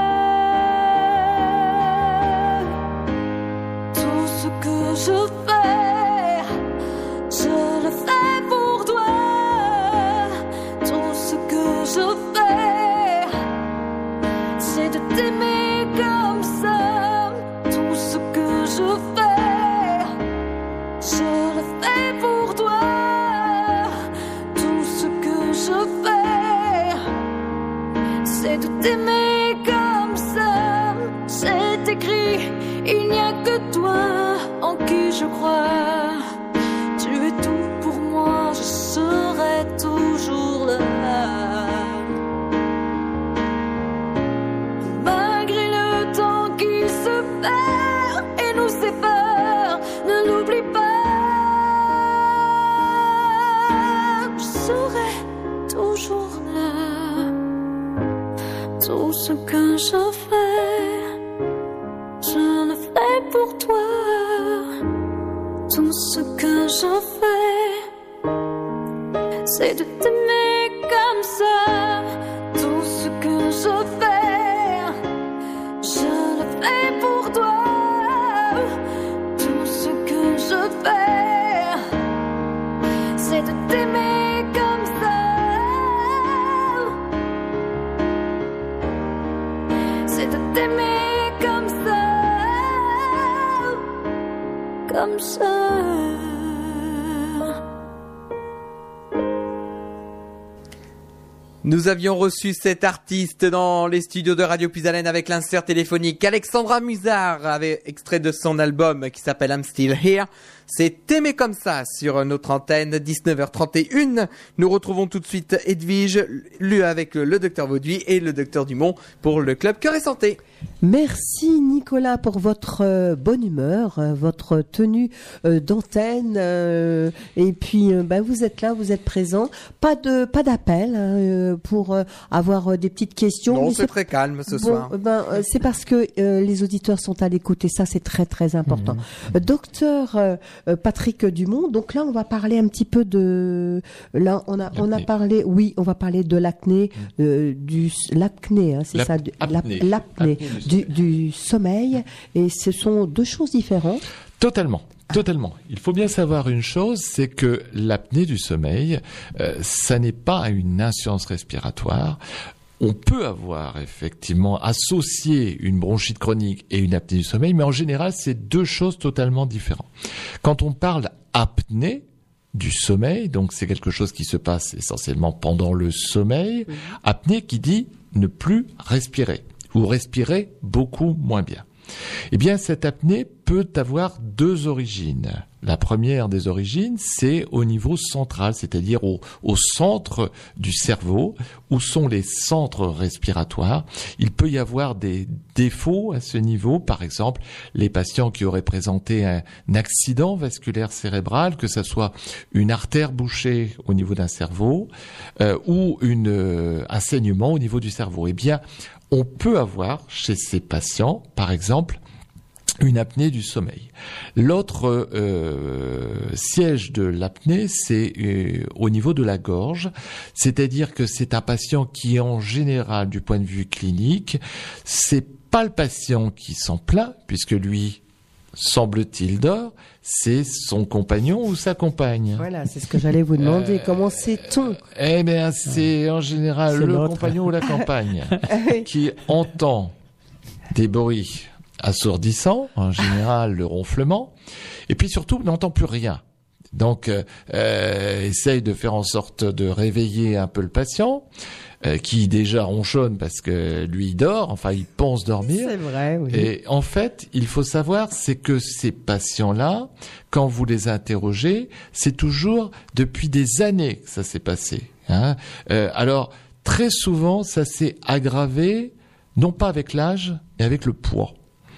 Tout ce que je fais, je le fais pour toi. Tout ce que je fais, c'est de t'aimer comme ça. Tout ce que je fais, je le fais pour toi. Tout ce que je fais, c'est de t'aimer comme ça. C'est écrit, il n'y a que toi en qui je crois. Tu es tout pour moi, je serai toujours là. Malgré le temps qui se perd et nous sépare, ne l'oublie pas. Je serai toujours là. Tout ce que je fais, je le fais pour toi. Tout ce que je fais, c'est de t'aimer comme ça. Tout ce que je fais, je le fais pour toi. Tout ce que je fais, c'est de t'aimer comme ça. C'est de t'aimer comme ça. Comme ça. Nous avions reçu cet artiste dans les studios de Radio Puisalène avec l'insert téléphonique. Alexandra Musard avait extrait de son album qui s'appelle I'm Still Here. C'est Aimé comme ça sur notre antenne, 19h31. Nous retrouvons tout de suite Edwige, lui avec le docteur Vauduit et le docteur Dumont pour le club Cœur et Santé. Merci Nicolas pour votre bonne humeur, votre tenue d'antenne et puis vous êtes là, vous êtes présent. Pas d'appel pour avoir des petites questions. Non, c'est très calme ce soir. C'est parce que les auditeurs sont à l'écoute et ça c'est très très important. Docteur Patrick Dumont, donc là on va parler un petit peu de on a parlé, oui, on va parler de l'acné, l'apnée, hein, c'est ça, l'apnée. Du sommeil, et ce sont deux choses différentes. Totalement. Il faut bien savoir une chose, c'est que l'apnée du sommeil, ça n'est pas une insuffisance respiratoire. On peut avoir effectivement associé une bronchite chronique et une apnée du sommeil, mais en général, c'est deux choses totalement différentes. Quand on parle apnée du sommeil, donc c'est quelque chose qui se passe essentiellement pendant le sommeil, apnée qui dit ne plus respirer ou respirer beaucoup moins bien. Eh bien, cette apnée peut avoir deux origines. La première des origines, c'est au niveau central, c'est-à-dire au centre du cerveau, où sont les centres respiratoires. Il peut y avoir des défauts à ce niveau, par exemple, les patients qui auraient présenté un accident vasculaire cérébral, que ça soit une artère bouchée au niveau d'un cerveau ou un saignement au niveau du cerveau. Eh bien, on peut avoir chez ces patients, par exemple, une apnée du sommeil. L'autre siège de l'apnée, c'est au niveau de la gorge, c'est-à-dire que c'est un patient qui, en général, du point de vue clinique, c'est pas le patient qui s'en plaint, puisque lui, semble-t-il, dort, c'est son compagnon ou sa compagne. Voilà, c'est ce que j'allais vous demander. Comment sait-on? Eh bien, c'est en général le compagnon ou la compagne qui entend des bruits assourdissants, en général le ronflement, et puis surtout n'entend plus rien. Donc, essaye de faire en sorte de réveiller un peu le patient, qui déjà ronchonne parce que lui il dort, enfin il pense dormir. C'est vrai, oui. Et en fait, il faut savoir, c'est que ces patients-là, quand vous les interrogez, c'est toujours depuis des années que ça s'est passé. Hein. Alors, très souvent, ça s'est aggravé, non pas avec l'âge, mais avec le poids.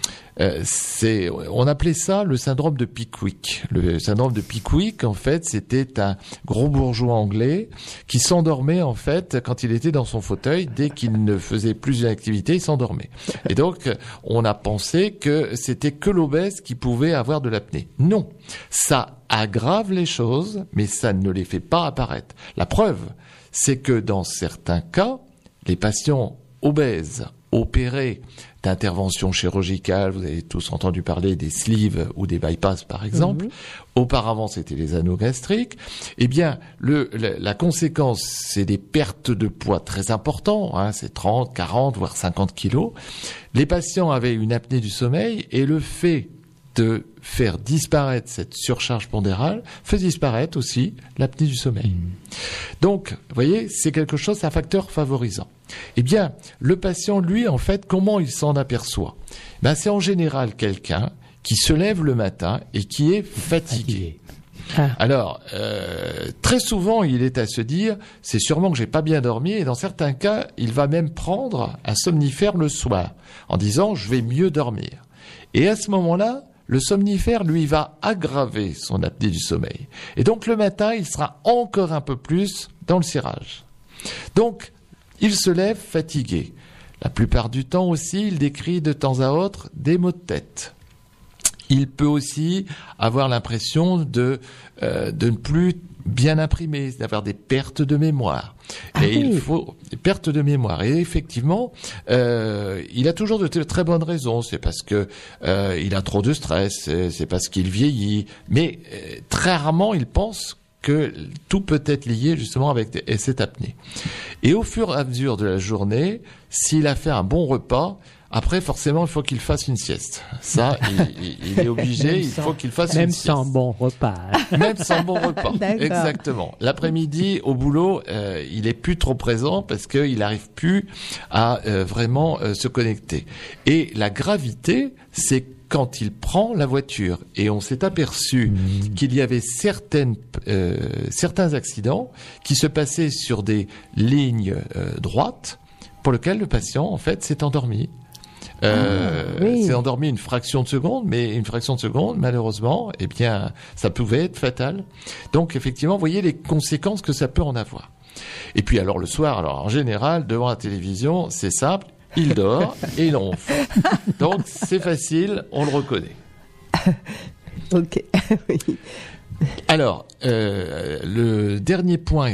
On appelait ça le syndrome de Pickwick. Le syndrome de Pickwick, en fait, c'était un gros bourgeois anglais qui s'endormait, en fait, quand il était dans son fauteuil. Dès qu'il ne faisait plus d'activité, il s'endormait. Et donc, on a pensé que c'était que l'obèse qui pouvait avoir de l'apnée. Non. Ça aggrave les choses, mais ça ne les fait pas apparaître. La preuve, c'est que dans certains cas, les patients obèses, opérés d'intervention chirurgicale, vous avez tous entendu parler des sleeves ou des bypass par exemple. Auparavant, c'était les anneaux gastriques. Eh bien, la conséquence, c'est des pertes de poids très importantes, hein, c'est 30, 40, voire 50 kilos. Les patients avaient une apnée du sommeil et le fait de faire disparaître cette surcharge pondérale fait disparaître aussi l'apnée du sommeil. Donc, vous voyez, c'est quelque chose, c'est un facteur favorisant. Eh bien, le patient, lui, en fait, comment il s'en aperçoit? Ben, c'est en général quelqu'un qui se lève le matin et qui est fatigué. Alors, très souvent, il est à se dire, c'est sûrement que j'ai pas bien dormi, et dans certains cas, il va même prendre un somnifère le soir, en disant, je vais mieux dormir. Et à ce moment-là, le somnifère, lui, va aggraver son apnée du sommeil. Et donc, le matin, il sera encore un peu plus dans le cirrage. Donc, il se lève fatigué. La plupart du temps aussi, il décrit de temps à autre des maux de tête. Il peut aussi avoir l'impression de ne plus bien imprimer, d'avoir des pertes de mémoire. Il faut des pertes de mémoire. Et effectivement, il a toujours de très bonnes raisons. C'est parce que il a trop de stress, c'est parce qu'il vieillit. Mais très rarement, il pense que tout peut être lié justement avec cette apnée. Et au fur et à mesure de la journée, s'il a fait un bon repas, après, forcément, il faut qu'il fasse une sieste. Ça, il est obligé, il faut qu'il fasse une sieste. Même sans bon repas. Même sans bon repas. Exactement. L'après-midi, au boulot, il est plus trop présent parce qu'il n'arrive plus à vraiment se connecter. Et la gravité, c'est quand il prend la voiture. Et on s'est aperçu qu'il y avait certains accidents qui se passaient sur des lignes droites pour lesquelles le patient, en fait, s'est endormi. S'est endormi une fraction de seconde, mais une fraction de seconde, malheureusement, eh bien, ça pouvait être fatal. Donc, effectivement, vous voyez les conséquences que ça peut en avoir. Et puis, alors, le soir, en général, devant la télévision, c'est simple, il dort et il ronfle. Donc, c'est facile, on le reconnaît. Ok, oui. Alors, le dernier point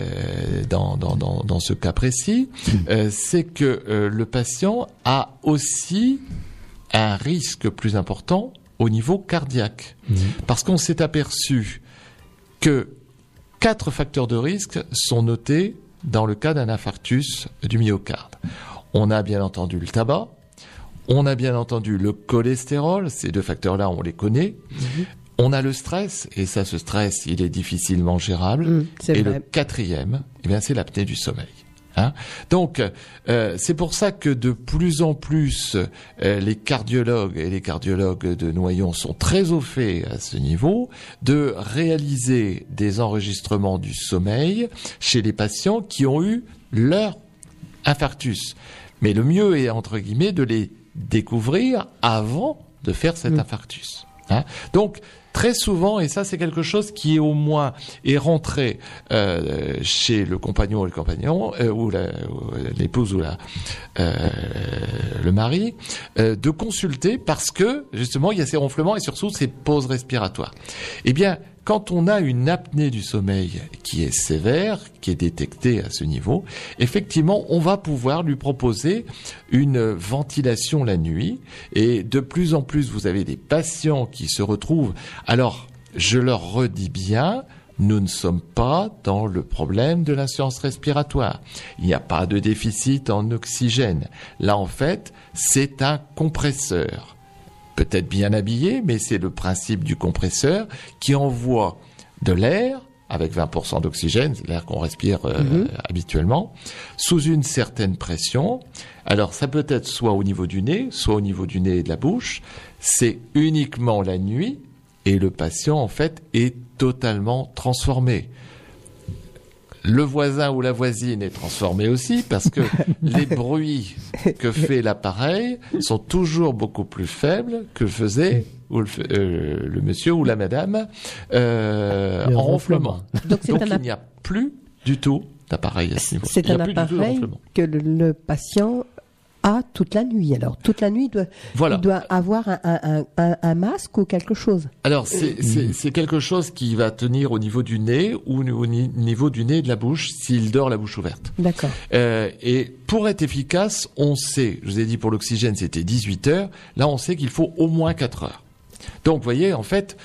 dans ce cas précis, c'est que le patient a aussi un risque plus important au niveau cardiaque. Parce qu'on s'est aperçu que 4 facteurs de risque sont notés dans le cas d'un infarctus du myocarde. On a bien entendu le tabac, on a bien entendu le cholestérol, ces 2 facteurs-là, on les connaît. On a le stress, et ça, ce stress, il est difficilement gérable. Et vrai. Le 4e, eh bien, c'est l'apnée du sommeil. Donc, c'est pour ça que de plus en plus, les cardiologues et les cardiologues de Noyon sont très au fait à ce niveau de réaliser des enregistrements du sommeil chez les patients qui ont eu leur infarctus. Mais le mieux est, entre guillemets, de les découvrir avant de faire cet infarctus. Donc, très souvent, et ça c'est quelque chose qui au moins est rentré chez le compagnon ou le compagnon, ou l'épouse ou le mari, de consulter parce que justement il y a ces ronflements et surtout ces pauses respiratoires. Eh bien, quand on a une apnée du sommeil qui est sévère, qui est détectée à ce niveau, effectivement, on va pouvoir lui proposer une ventilation la nuit. Et de plus en plus, vous avez des patients qui se retrouvent. Alors, je leur redis bien, nous ne sommes pas dans le problème de l'insuffisance respiratoire. Il n'y a pas de déficit en oxygène. Là, en fait, c'est un compresseur. Peut-être bien habillé, mais c'est le principe du compresseur qui envoie de l'air, avec 20% d'oxygène, l'air qu'on respire habituellement, sous une certaine pression. Alors ça peut être soit au niveau du nez, soit au niveau du nez et de la bouche. C'est uniquement la nuit et le patient, en fait, est totalement transformé. Le voisin ou la voisine est transformé aussi parce que les bruits que fait l'appareil sont toujours beaucoup plus faibles que faisait le monsieur ou la madame en ronflement. Donc il n'y a plus du tout d'appareil à ce niveau. C'est un appareil que le patient a toute la nuit. Alors toute la nuit, il doit avoir un masque ou quelque chose. Alors c'est quelque chose qui va tenir au niveau du nez ou au niveau du nez et de la bouche s'il dort la bouche ouverte. D'accord. Et pour être efficace, on sait, je vous ai dit pour l'oxygène c'était 18 heures, là on sait qu'il faut au moins 4 heures. Donc vous voyez, en fait,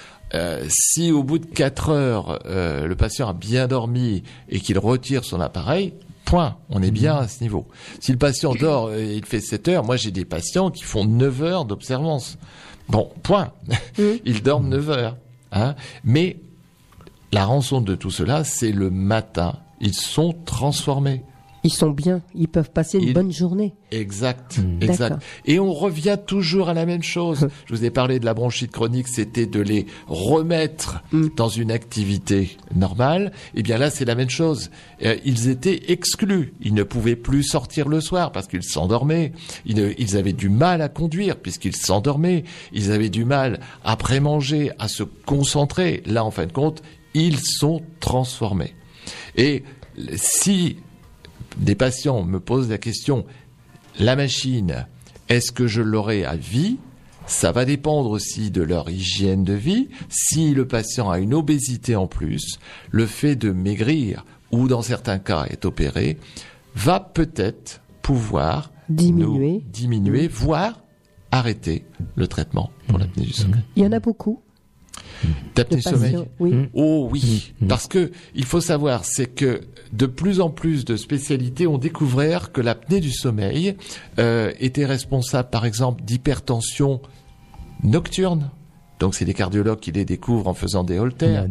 si au bout de 4 heures le patient a bien dormi et qu'il retire son appareil, point, on est bien à ce niveau. Si le patient dort et il fait 7 heures, moi j'ai des patients qui font 9 heures d'observance. Bon, point. Ils dorment 9 heures. Mais la rançon de tout cela, c'est le matin. Ils sont transformés. Ils sont bien, ils peuvent passer une bonne journée. Exact, exact. Et on revient toujours à la même chose. Je vous ai parlé de la bronchite chronique, c'était de les remettre dans une activité normale. Eh bien là, c'est la même chose. Ils étaient exclus. Ils ne pouvaient plus sortir le soir parce qu'ils s'endormaient. Ils avaient du mal à conduire puisqu'ils s'endormaient. Ils avaient du mal, après manger, à se concentrer. Là, en fin de compte, ils sont transformés. Et si des patients me posent la question, la machine, est-ce que je l'aurai à vie? Ça va dépendre aussi de leur hygiène de vie. Si le patient a une obésité en plus, le fait de maigrir, ou dans certains cas est opéré, va peut-être pouvoir diminuer, voire arrêter le traitement pour l'apnée du sommeil. Il y en a beaucoup. D'apnée du sommeil. Oui. Oh oui, parce que il faut savoir, c'est que de plus en plus de spécialités ont découvert que l'apnée du sommeil était responsable, par exemple, d'hypertension nocturne. Donc c'est les cardiologues qui les découvrent en faisant des holtères.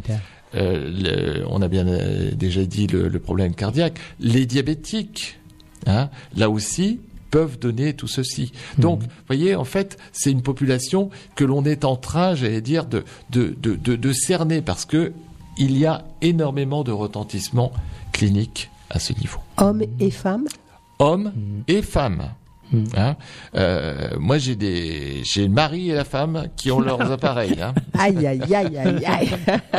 On a bien déjà dit le problème cardiaque. Les diabétiques, là aussi, peuvent donner tout ceci. Donc, vous voyez, en fait, c'est une population que l'on est en train, j'allais dire, de cerner parce que il y a énormément de retentissement clinique à ce niveau. Hommes et femmes. Hommes et femmes. Moi, j'ai le mari et la femme qui ont leurs appareils. Aïe, aïe, aïe, aïe, aïe.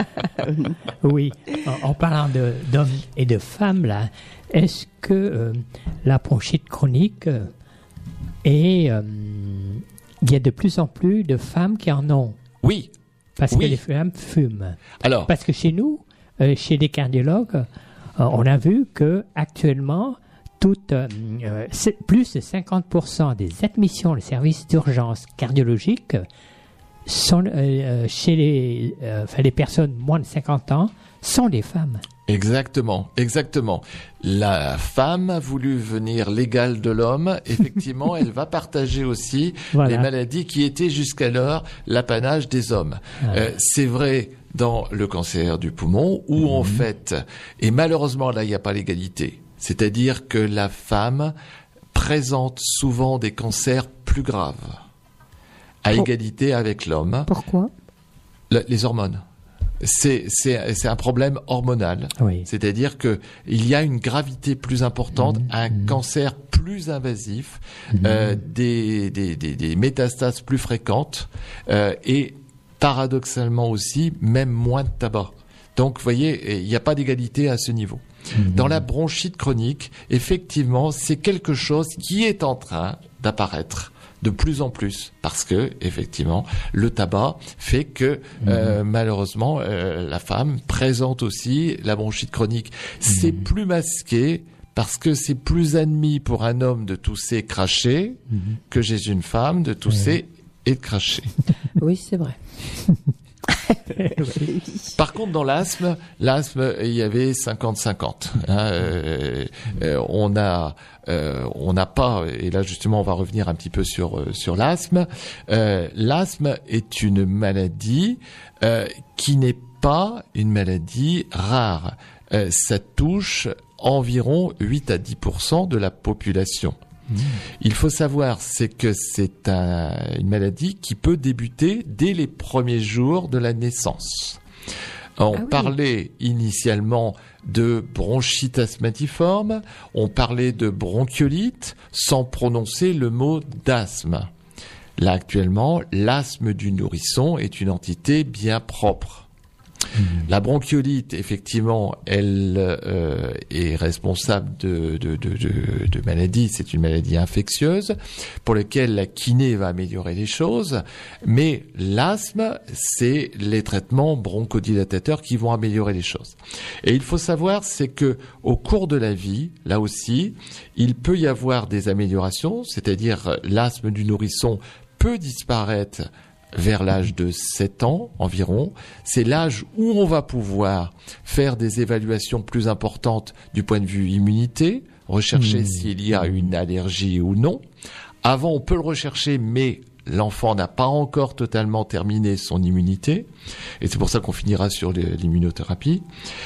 Oui, en parlant d'hommes et de femmes, là, est-ce que la bronchite chronique il y a de plus en plus de femmes qui en ont? Oui. Parce que les femmes fument. Alors. Parce que chez nous, chez les cardiologues, on a vu que actuellement, plus de 50% des admissions des services d'urgence cardiologique sont chez les personnes moins de 50 ans sont des femmes. Exactement. La femme a voulu venir l'égale de l'homme. Effectivement, elle va partager aussi les maladies qui étaient jusqu'alors l'apanage des hommes. C'est vrai dans le cancer du poumon où en fait, et malheureusement là il n'y a pas l'égalité. C'est-à-dire que la femme présente souvent des cancers plus graves, à égalité avec l'homme. Pourquoi ? Les hormones. C'est un problème hormonal. Oui. C'est-à-dire que il y a une gravité plus importante, un cancer plus invasif, des métastases plus fréquentes, et paradoxalement aussi, même moins de tabac. Donc, vous voyez, il n'y a pas d'égalité à ce niveau. Dans la bronchite chronique, effectivement, c'est quelque chose qui est en train d'apparaître de plus en plus, parce que effectivement le tabac fait que malheureusement la femme présente aussi la bronchite chronique. C'est plus masqué parce que c'est plus admis pour un homme de tousser cracher que chez une femme de tousser et de cracher. Oui, c'est vrai. Par contre, dans l'asthme, il y avait 50-50. On n'a pas, et là justement, on va revenir un petit peu sur l'asthme. L'asthme est une maladie qui n'est pas une maladie rare. Ça touche environ 8 à 10% de la population. Il faut savoir, c'est que c'est une maladie qui peut débuter dès les premiers jours de la naissance. On parlait initialement de bronchite asthmatiforme, on parlait de bronchiolite sans prononcer le mot d'asthme. Là, actuellement, l'asthme du nourrisson est une entité bien propre. La bronchiolite, effectivement, elle est responsable de maladies. C'est une maladie infectieuse pour laquelle la kiné va améliorer les choses. Mais l'asthme, c'est les traitements bronchodilatateurs qui vont améliorer les choses. Et il faut savoir, c'est que au cours de la vie, là aussi, il peut y avoir des améliorations, c'est-à-dire l'asthme du nourrisson peut disparaître vers l'âge de 7 ans environ. C'est l'âge où on va pouvoir faire des évaluations plus importantes du point de vue immunité, rechercher s'il y a une allergie ou non. Avant, on peut le rechercher, mais l'enfant n'a pas encore totalement terminé son immunité. Et c'est pour ça qu'on finira sur l'immunothérapie.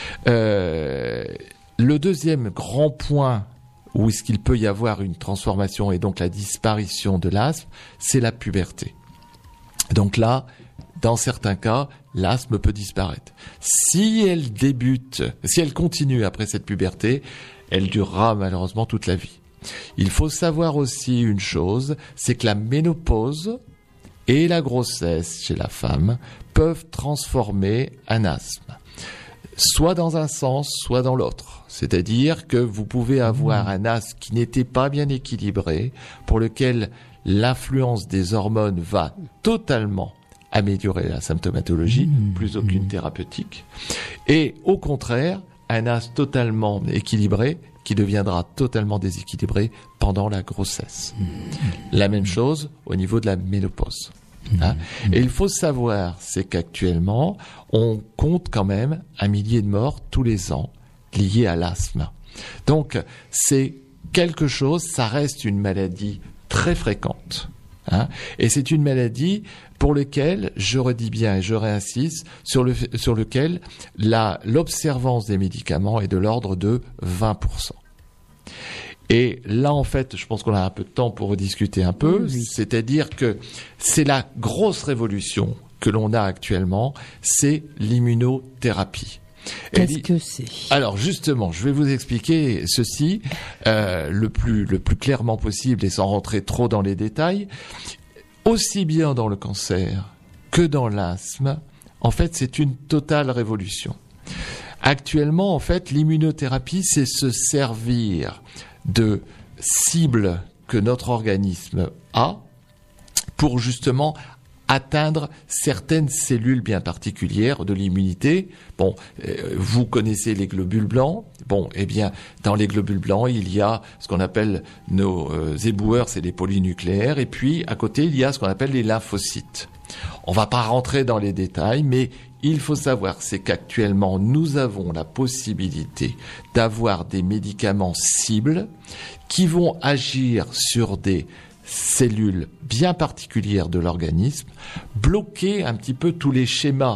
Le deuxième grand point où est-ce qu'il peut y avoir une transformation et donc la disparition de l'asthme, c'est la puberté. Donc là, dans certains cas, l'asthme peut disparaître. Si elle continue après cette puberté, elle durera malheureusement toute la vie. Il faut savoir aussi une chose, c'est que la ménopause et la grossesse chez la femme peuvent transformer un asthme, soit dans un sens, soit dans l'autre. C'est-à-dire que vous pouvez avoir un asthme qui n'était pas bien équilibré, pour lequel l'influence des hormones va totalement améliorer la symptomatologie, plus aucune thérapeutique. Et au contraire, un asthme totalement équilibré qui deviendra totalement déséquilibré pendant la grossesse. La même chose au niveau de la ménopause. Et il faut savoir, c'est qu'actuellement, on compte quand même 1 millier de morts tous les ans liés à l'asthme. Donc, c'est quelque chose, ça reste une maladie très fréquente. Et c'est une maladie pour laquelle, je redis bien et je réinsiste, sur lequel l'observance des médicaments est de l'ordre de 20%. Et là, en fait, je pense qu'on a un peu de temps pour rediscuter un peu. Oui. C'est-à-dire que c'est la grosse révolution que l'on a actuellement, c'est l'immunothérapie. Qu'est-ce que c'est ? Alors justement, je vais vous expliquer ceci le plus clairement possible et sans rentrer trop dans les détails. Aussi bien dans le cancer que dans l'asthme, en fait, c'est une totale révolution. Actuellement, en fait, l'immunothérapie, c'est se servir de cibles que notre organisme a pour justement atteindre certaines cellules bien particulières de l'immunité. Bon, vous connaissez les globules blancs. Bon, eh bien, dans les globules blancs, il y a ce qu'on appelle nos éboueurs, c'est les polynucléaires, et puis à côté, il y a ce qu'on appelle les lymphocytes. On va pas rentrer dans les détails, mais il faut savoir, c'est qu'actuellement, nous avons la possibilité d'avoir des médicaments cibles qui vont agir sur des cellules bien particulières de l'organisme, bloquer un petit peu tous les schémas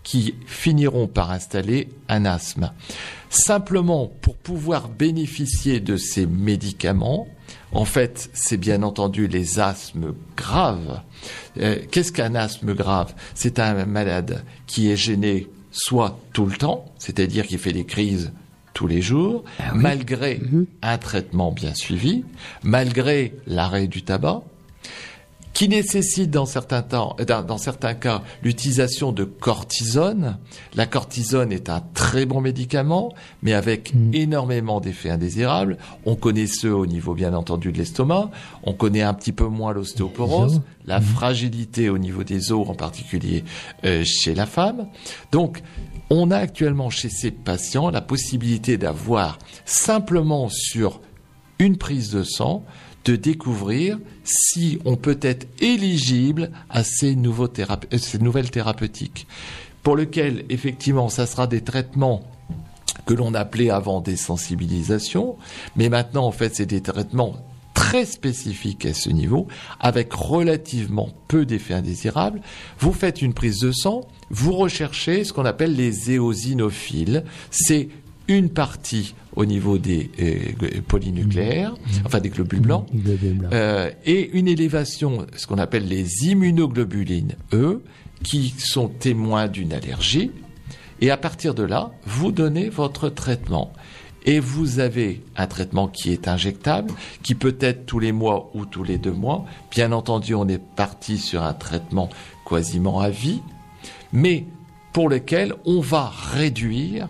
qui finiront par installer un asthme. Simplement, pour pouvoir bénéficier de ces médicaments, en fait, c'est bien entendu les asthmes graves. Qu'est-ce qu'un asthme grave? C'est un malade qui est gêné soit tout le temps, c'est-à-dire qu'il fait des crises tous les jours, malgré un traitement bien suivi, malgré l'arrêt du tabac, qui nécessite dans certains cas l'utilisation de cortisone. La cortisone est un très bon médicament, mais avec énormément d'effets indésirables. On connaît ceux au niveau, bien entendu, de l'estomac. On connaît un petit peu moins l'ostéoporose, la fragilité au niveau des os, en particulier chez la femme. Donc, on a actuellement chez ces patients la possibilité d'avoir simplement sur une prise de sang de découvrir si on peut être éligible à ces nouvelles thérapeutiques, pour lesquelles, effectivement, ça sera des traitements que l'on appelait avant des sensibilisations, mais maintenant, en fait, c'est des traitements très spécifiques à ce niveau, avec relativement peu d'effets indésirables. Vous faites une prise de sang, vous recherchez ce qu'on appelle les éosinophiles. C'est une partie au niveau des polynucléaires, enfin des globules blancs, et une élévation, ce qu'on appelle les immunoglobulines E, qui sont témoins d'une allergie. Et à partir de là, vous donnez votre traitement. Et vous avez un traitement qui est injectable, qui peut être tous les mois ou tous les 2 mois. Bien entendu, on est parti sur un traitement quasiment à vie, mais pour lequel on va réduire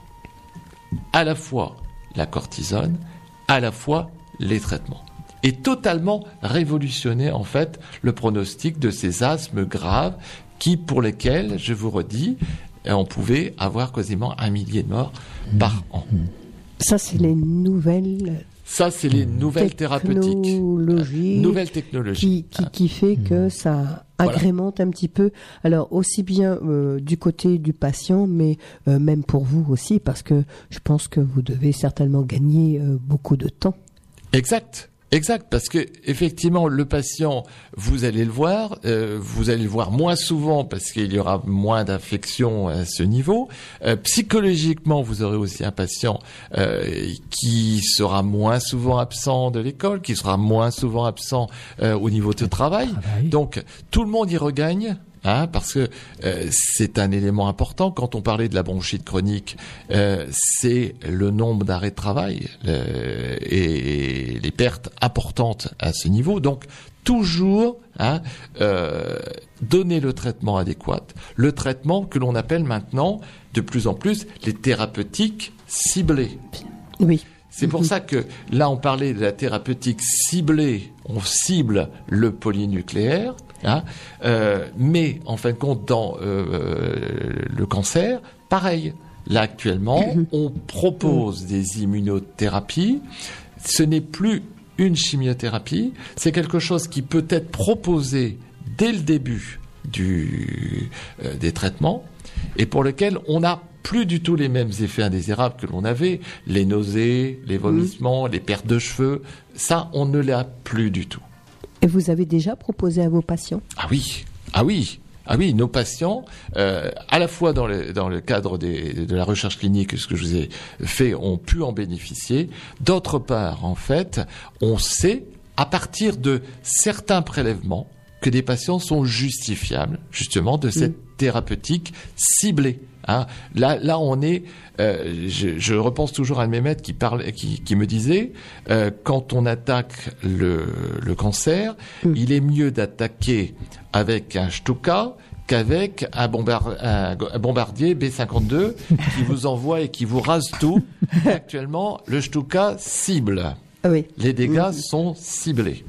à la fois la cortisone, à la fois les traitements. Et totalement révolutionner, en fait, le pronostic de ces asthmes graves pour lesquels, je vous redis, on pouvait avoir quasiment 1 millier de morts par an. Ça, c'est les nouvelles... Ça, c'est les nouvelles thérapeutiques. Nouvelles technologies. Qui fait que ça agrémente un petit peu. Alors, aussi bien du côté du patient, mais même pour vous aussi, parce que je pense que vous devez certainement gagner beaucoup de temps. Exact, parce que effectivement le patient, vous allez le voir moins souvent parce qu'il y aura moins d'infections à ce niveau. Psychologiquement, vous aurez aussi un patient qui sera moins souvent absent de l'école, qui sera moins souvent absent au niveau de travail. Donc tout le monde y regagne. Parce que c'est un élément important. Quand on parlait de la bronchite chronique, c'est le nombre d'arrêts de travail et les pertes importantes à ce niveau. Donc toujours donner le traitement adéquat, le traitement que l'on appelle maintenant de plus en plus les thérapeutiques ciblées. Oui. C'est pour ça que là on parlait de la thérapeutique ciblée, on cible le polynucléaire. Mais en fin de compte, dans le cancer, pareil. Là, actuellement, on propose des immunothérapies. Ce n'est plus une chimiothérapie. C'est quelque chose qui peut être proposé dès le début des traitements et pour lequel on n'a plus du tout les mêmes effets indésirables que l'on avait. Les nausées, les vomissements, les pertes de cheveux. Ça, on ne l'a plus du tout. Et vous avez déjà proposé à vos patients? Ah oui, nos patients, à la fois dans le cadre de la recherche clinique, ce que je vous ai fait, ont pu en bénéficier. D'autre part, en fait, on sait, à partir de certains prélèvements, que des patients sont justifiables, justement, de cette thérapeutique ciblée. Là, on est. Je repense toujours à un de mes maîtres qui me disait quand on attaque le cancer, il est mieux d'attaquer avec un Stuka qu'avec un bombardier B-52 qui vous envoie et qui vous rase tout. Et actuellement, le Stuka cible. Oui. Les dégâts sont ciblés.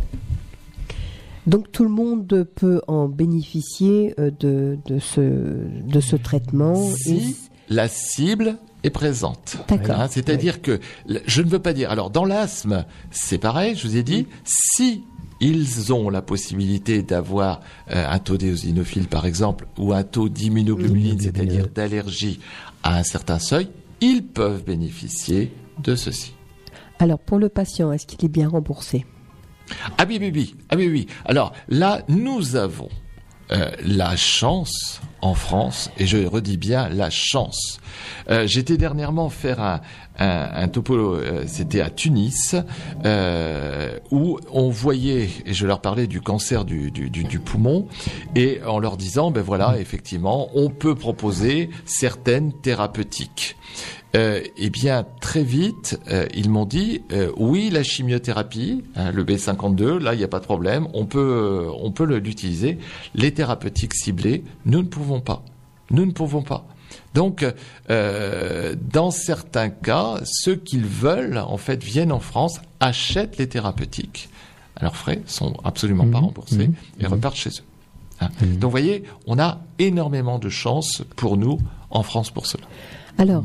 Donc tout le monde peut en bénéficier de ce traitement. Si la cible est présente. D'accord. C'est-à-dire que je ne veux pas dire. Alors dans l'asthme, c'est pareil. Je vous ai dit, si ils ont la possibilité d'avoir un taux d'éosinophile par exemple ou un taux d'immunoglobuline, c'est-à-dire d'allergie à un certain seuil, ils peuvent bénéficier de ceci. Alors pour le patient, est-ce qu'il est bien remboursé? Ah oui. Alors là, nous avons la chance en France, et je redis bien la chance. J'étais dernièrement faire un topo, c'était à Tunis, où on voyait, et je leur parlais du cancer du poumon, et en leur disant, ben voilà, effectivement, on peut proposer certaines thérapeutiques. Eh bien, très vite, ils m'ont dit, oui, la chimiothérapie, le B52, là, il n'y a pas de problème, on peut l'utiliser. Les thérapeutiques ciblées, nous ne pouvons pas. Nous ne pouvons pas. Donc, dans certains cas, ceux qu'ils veulent, en fait, viennent en France, achètent les thérapeutiques. À leurs frais, sont absolument pas remboursés et repartent chez eux. Donc, vous voyez, on a énormément de chance pour nous en France pour cela. Alors,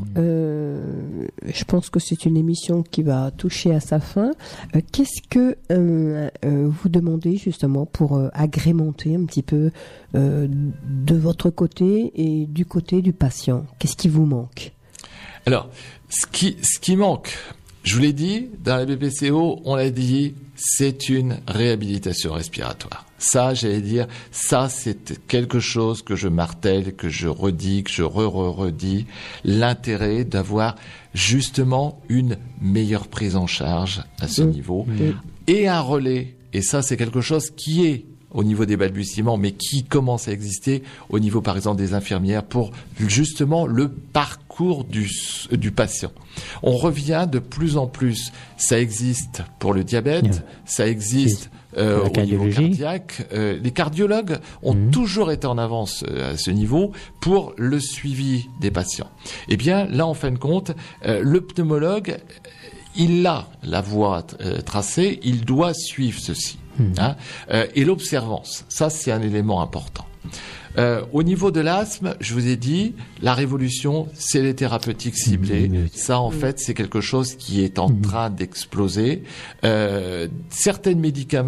je pense que c'est une émission qui va toucher à sa fin. Qu'est-ce que vous demandez justement pour agrémenter un petit peu de votre côté et du côté du patient? Qu'est-ce qui vous manque? Alors, ce qui manque, je vous l'ai dit, dans la BPCO, on l'a dit, c'est une réhabilitation respiratoire. Ça, j'allais dire, ça, c'est quelque chose que je martèle, que je redis, que je redis. L'intérêt d'avoir justement une meilleure prise en charge à ce niveau et un relais. Et ça, c'est quelque chose qui est au niveau des balbutiements, mais qui commence à exister au niveau, par exemple, des infirmières pour justement le parcours du patient. On revient de plus en plus. Ça existe pour le diabète, ça existe au niveau cardiaque. Les cardiologues ont toujours été en avance à ce niveau pour le suivi des patients. Eh bien, là, en fin de compte, le pneumologue, il a la voie tracée, il doit suivre ceci. Et l'observance, ça c'est un élément important. Au niveau de l'asthme, je vous ai dit, la révolution, c'est les thérapeutiques ciblées. Ça, en fait, c'est quelque chose qui est en train d'exploser. Certaines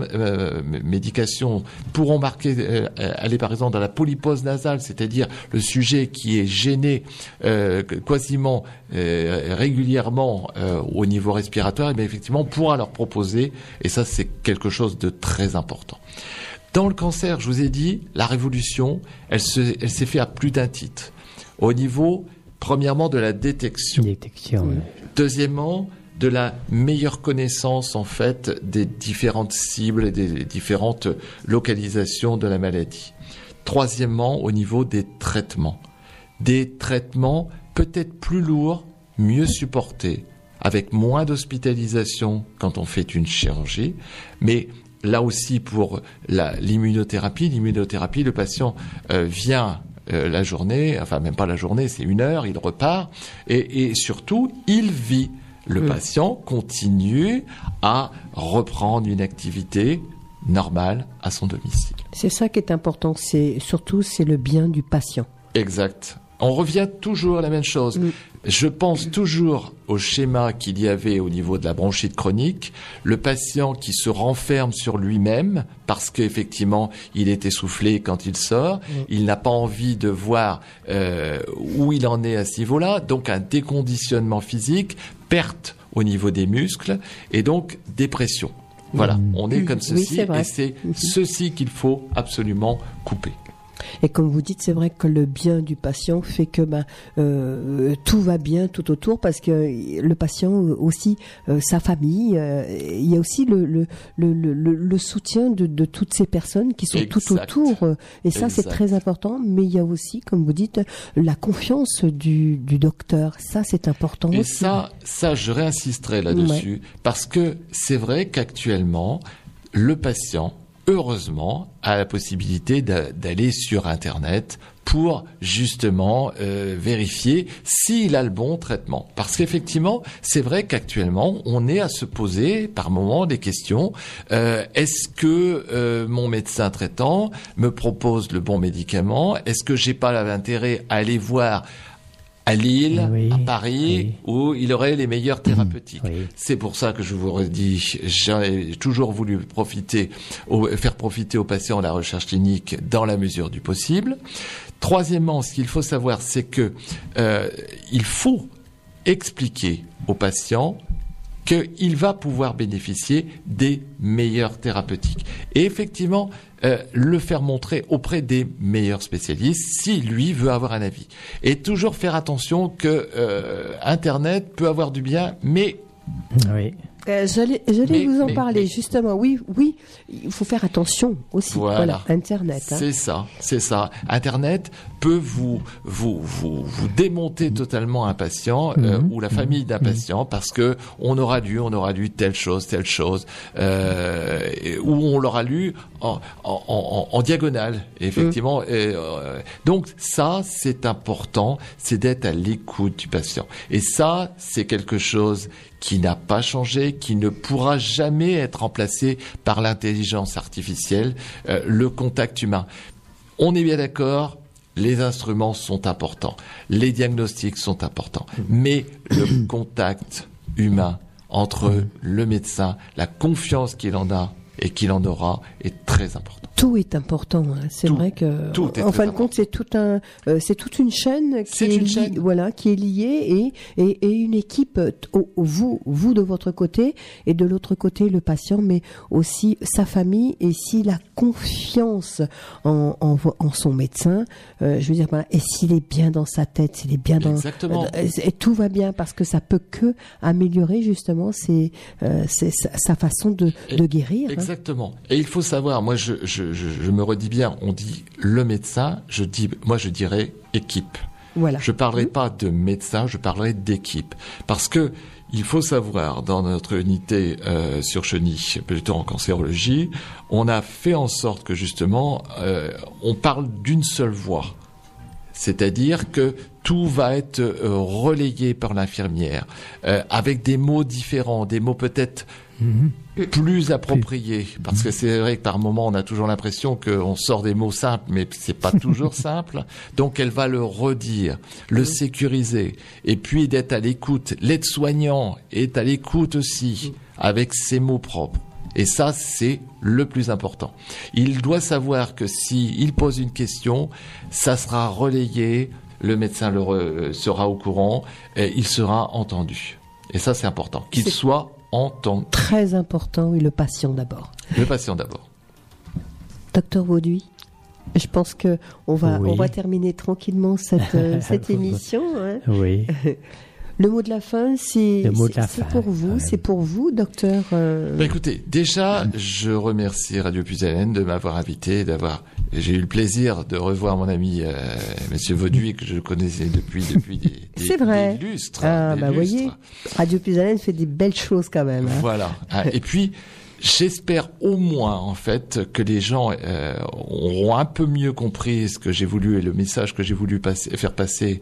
médications pourront aller par exemple dans la polypose nasale, c'est-à-dire le sujet qui est gêné quasiment régulièrement au niveau respiratoire, mais effectivement, on pourra leur proposer, et ça, c'est quelque chose de très important. Dans le cancer, je vous ai dit, la révolution, elle s'est faite à plus d'un titre. Au niveau, premièrement, de la détection. Deuxièmement, de la meilleure connaissance, en fait, des différentes cibles et des différentes localisations de la maladie. Troisièmement, au niveau des traitements. Des traitements peut-être plus lourds, mieux supportés, avec moins d'hospitalisation quand on fait une chirurgie, mais là aussi, pour l'immunothérapie, le patient vient la journée, enfin même pas la journée, c'est 1 heure, il repart, et surtout, il vit. Le patient continue à reprendre une activité normale à son domicile. C'est ça qui est important, c'est le bien du patient. Exact. On revient toujours à la même chose. Je pense toujours au schéma qu'il y avait au niveau de la bronchite chronique, le patient qui se renferme sur lui-même parce qu'effectivement il est essoufflé quand il sort, il n'a pas envie de voir où il en est à ce niveau-là, donc un déconditionnement physique, perte au niveau des muscles et donc dépression. Voilà, on est comme ceci et c'est ceci qu'il faut absolument couper. Et comme vous dites, c'est vrai que le bien du patient fait que tout va bien tout autour, parce que le patient aussi, sa famille, il y a aussi le soutien de toutes ces personnes qui sont tout autour. Et ça, c'est très important. Mais il y a aussi, comme vous dites, la confiance du docteur. Ça, c'est important et aussi. Ça, je réinsisterai là-dessus, parce que c'est vrai qu'actuellement, le patient, heureusement, a la possibilité d'aller sur Internet pour justement vérifier s'il a le bon traitement. Parce qu'effectivement, c'est vrai qu'actuellement, on est à se poser par moment des questions. Est-ce que mon médecin traitant me propose le bon médicament? Est-ce que j'ai pas l'intérêt à aller voir à Lille, à Paris, où il aurait les meilleurs thérapeutiques. C'est pour ça que je vous redis, j'ai toujours voulu faire profiter aux patients de la recherche clinique dans la mesure du possible. Troisièmement, ce qu'il faut savoir, c'est que il faut expliquer aux patients qu'il va pouvoir bénéficier des meilleures thérapeutiques. Et effectivement, le faire montrer auprès des meilleurs spécialistes si lui veut avoir un avis. Et toujours faire attention que Internet peut avoir du bien, mais... Oui. J'allais vous en parler, justement. Oui, il faut faire attention aussi. Voilà, Internet. C'est ça. Internet peut vous démonter totalement un patient ou la famille d'un patient parce que on aura lu telle chose, ou on l'aura lu en diagonale, effectivement. Donc ça, c'est important, c'est d'être à l'écoute du patient. Et ça, c'est quelque chose qui n'a pas changé, qui ne pourra jamais être remplacé par l'intelligence artificielle, le contact humain. On est bien d'accord, les instruments sont importants, les diagnostics sont importants, mais le contact humain entre le médecin, la confiance qu'il en a et qu'il en aura est très important. Tout est important. C'est vrai que, en fin de compte, c'est toute une chaîne qui est liée et une équipe. Vous de votre côté et de l'autre côté le patient, mais aussi sa famille. Et s'il a confiance en son médecin, je veux dire, et s'il est bien dans sa tête, s'il est bien et tout va bien parce que ça peut que améliorer justement sa façon de guérir. Exactement. Et il faut savoir, moi je me redis bien, on dit le médecin, je dirais équipe. Voilà. Je parlerai pas de médecin, je parlerai d'équipe. Parce que il faut savoir, dans notre unité sur Chenille, plutôt en cancérologie, on a fait en sorte que justement, on parle d'une seule voix. C'est-à-dire que tout va être relayé par l'infirmière, avec des mots différents, des mots peut-être plus appropriés, parce que c'est vrai que par moment on a toujours l'impression qu'on sort des mots simples, mais c'est pas toujours simple. Donc elle va le redire, le sécuriser, et puis d'être à l'écoute. L'aide-soignant est à l'écoute aussi, avec ses mots propres. Et ça, c'est le plus important. Il doit savoir que s'il pose une question, ça sera relayé, le médecin sera au courant, et il sera entendu. Et ça, c'est important, qu'il soit entendu. Très important, oui, le patient d'abord. Le patient d'abord. Docteur Vauduit, je pense que on va terminer tranquillement cette émission. Hein. Oui. Le mot de la fin, c'est pour vous, ouais. C'est pour vous, docteur. Écoutez, déjà, je remercie Radio Puisalène de m'avoir invité, j'ai eu le plaisir de revoir mon ami Monsieur Vauduit que je connaissais depuis des lustres. Voyez, Radio Puisalène fait des belles choses quand même. Hein. Voilà. Et puis, j'espère au moins, en fait, que les gens auront un peu mieux compris ce que j'ai voulu et le message que j'ai voulu faire passer,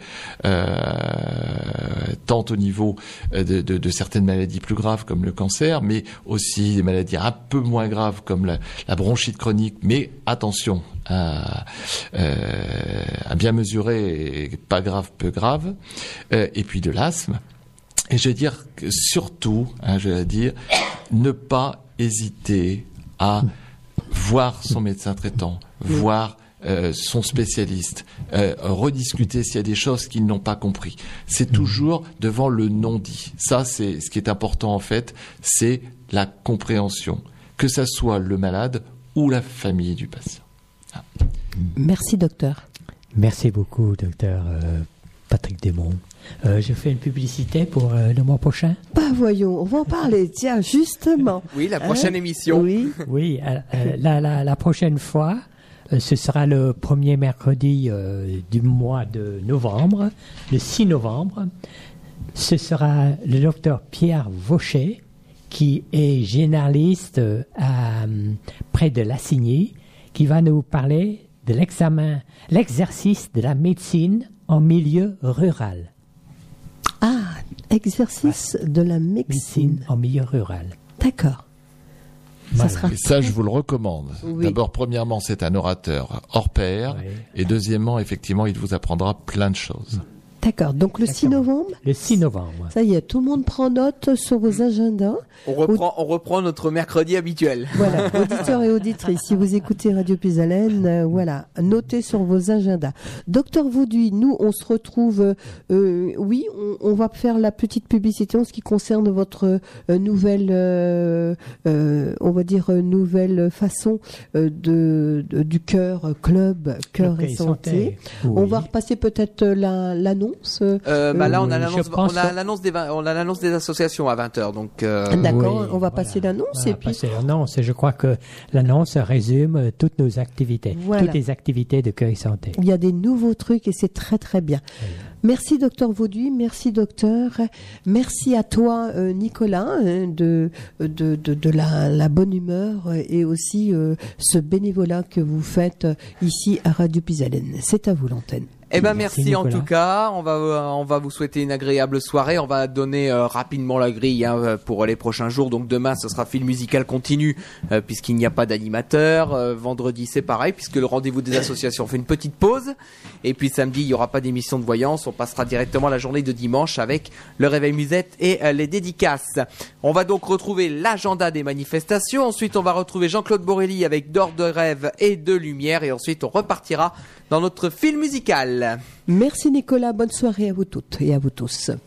tant au niveau de certaines maladies plus graves comme le cancer, mais aussi des maladies un peu moins graves comme la bronchite chronique. Mais attention à bien mesurer, et pas grave, peu grave, et puis de l'asthme. Et je veux dire que surtout, ne pas hésiter à voir son médecin traitant, voir son spécialiste, rediscuter s'il y a des choses qu'ils n'ont pas compris. C'est toujours devant le non-dit. Ça, c'est ce qui est important en fait, c'est la compréhension, que ça soit le malade ou la famille du patient. Ah. Merci docteur. Merci beaucoup docteur Patrick Desmonts. Je fais une publicité pour le mois prochain. Voyons, on va en parler, tiens, justement. Oui, la prochaine émission. Oui, la prochaine fois, ce sera le premier mercredi du mois de novembre, le 6 novembre. Ce sera le docteur Pierre Vauchet, qui est généraliste près de Lassigny, qui va nous parler de l'exercice de la médecine en milieu rural. Ah, exercice de la médecine en milieu rural. D'accord. Et ça, je vous le recommande. Oui. D'abord, premièrement, c'est un orateur hors pair. Oui. Et deuxièmement, effectivement, il vous apprendra plein de choses. D'accord. Donc, le 6 novembre. Le 6 novembre. Ça y est, tout le monde prend note sur vos agendas. On reprend notre mercredi habituel. Voilà. Auditeurs et auditrices, si vous écoutez Radio Puisalène, voilà. Notez sur vos agendas. Docteur Vauduit, nous, on se retrouve, on va faire la petite publicité en ce qui concerne votre nouvelle, on va dire nouvelle façon du club Cœur et Santé. Oui. On va repasser peut-être l'annonce. Là, on a l'annonce des associations à 20h. Donc, d'accord, oui, on va passer l'annonce. On va passer l'annonce. Et je crois que l'annonce résume toutes nos activités, voilà. toutes les activités de Cœur et Santé. Il y a des nouveaux trucs et c'est très très bien. Oui. Merci docteur Vauduit, merci docteur, merci à toi Nicolas de la bonne humeur et aussi ce bénévolat que vous faites ici à Radio Pisalène. C'est à vous l'antenne. Eh ben merci en Nicolas. tout cas, on va vous souhaiter une agréable soirée. On va donner rapidement la grille pour les prochains jours. Donc demain ce sera film musical continu puisqu'il n'y a pas d'animateur. Vendredi c'est pareil puisque le rendez-vous des associations fait une petite pause. Et puis samedi il n'y aura pas d'émission de voyance. On passera directement la journée de dimanche avec le réveil musette et les dédicaces. On va donc retrouver l'agenda des manifestations. Ensuite on va retrouver Jean-Claude Borelli avec d'or de rêve et de lumière. Et ensuite on repartira dans notre film musical. Merci Nicolas, bonne soirée à vous toutes et à vous tous.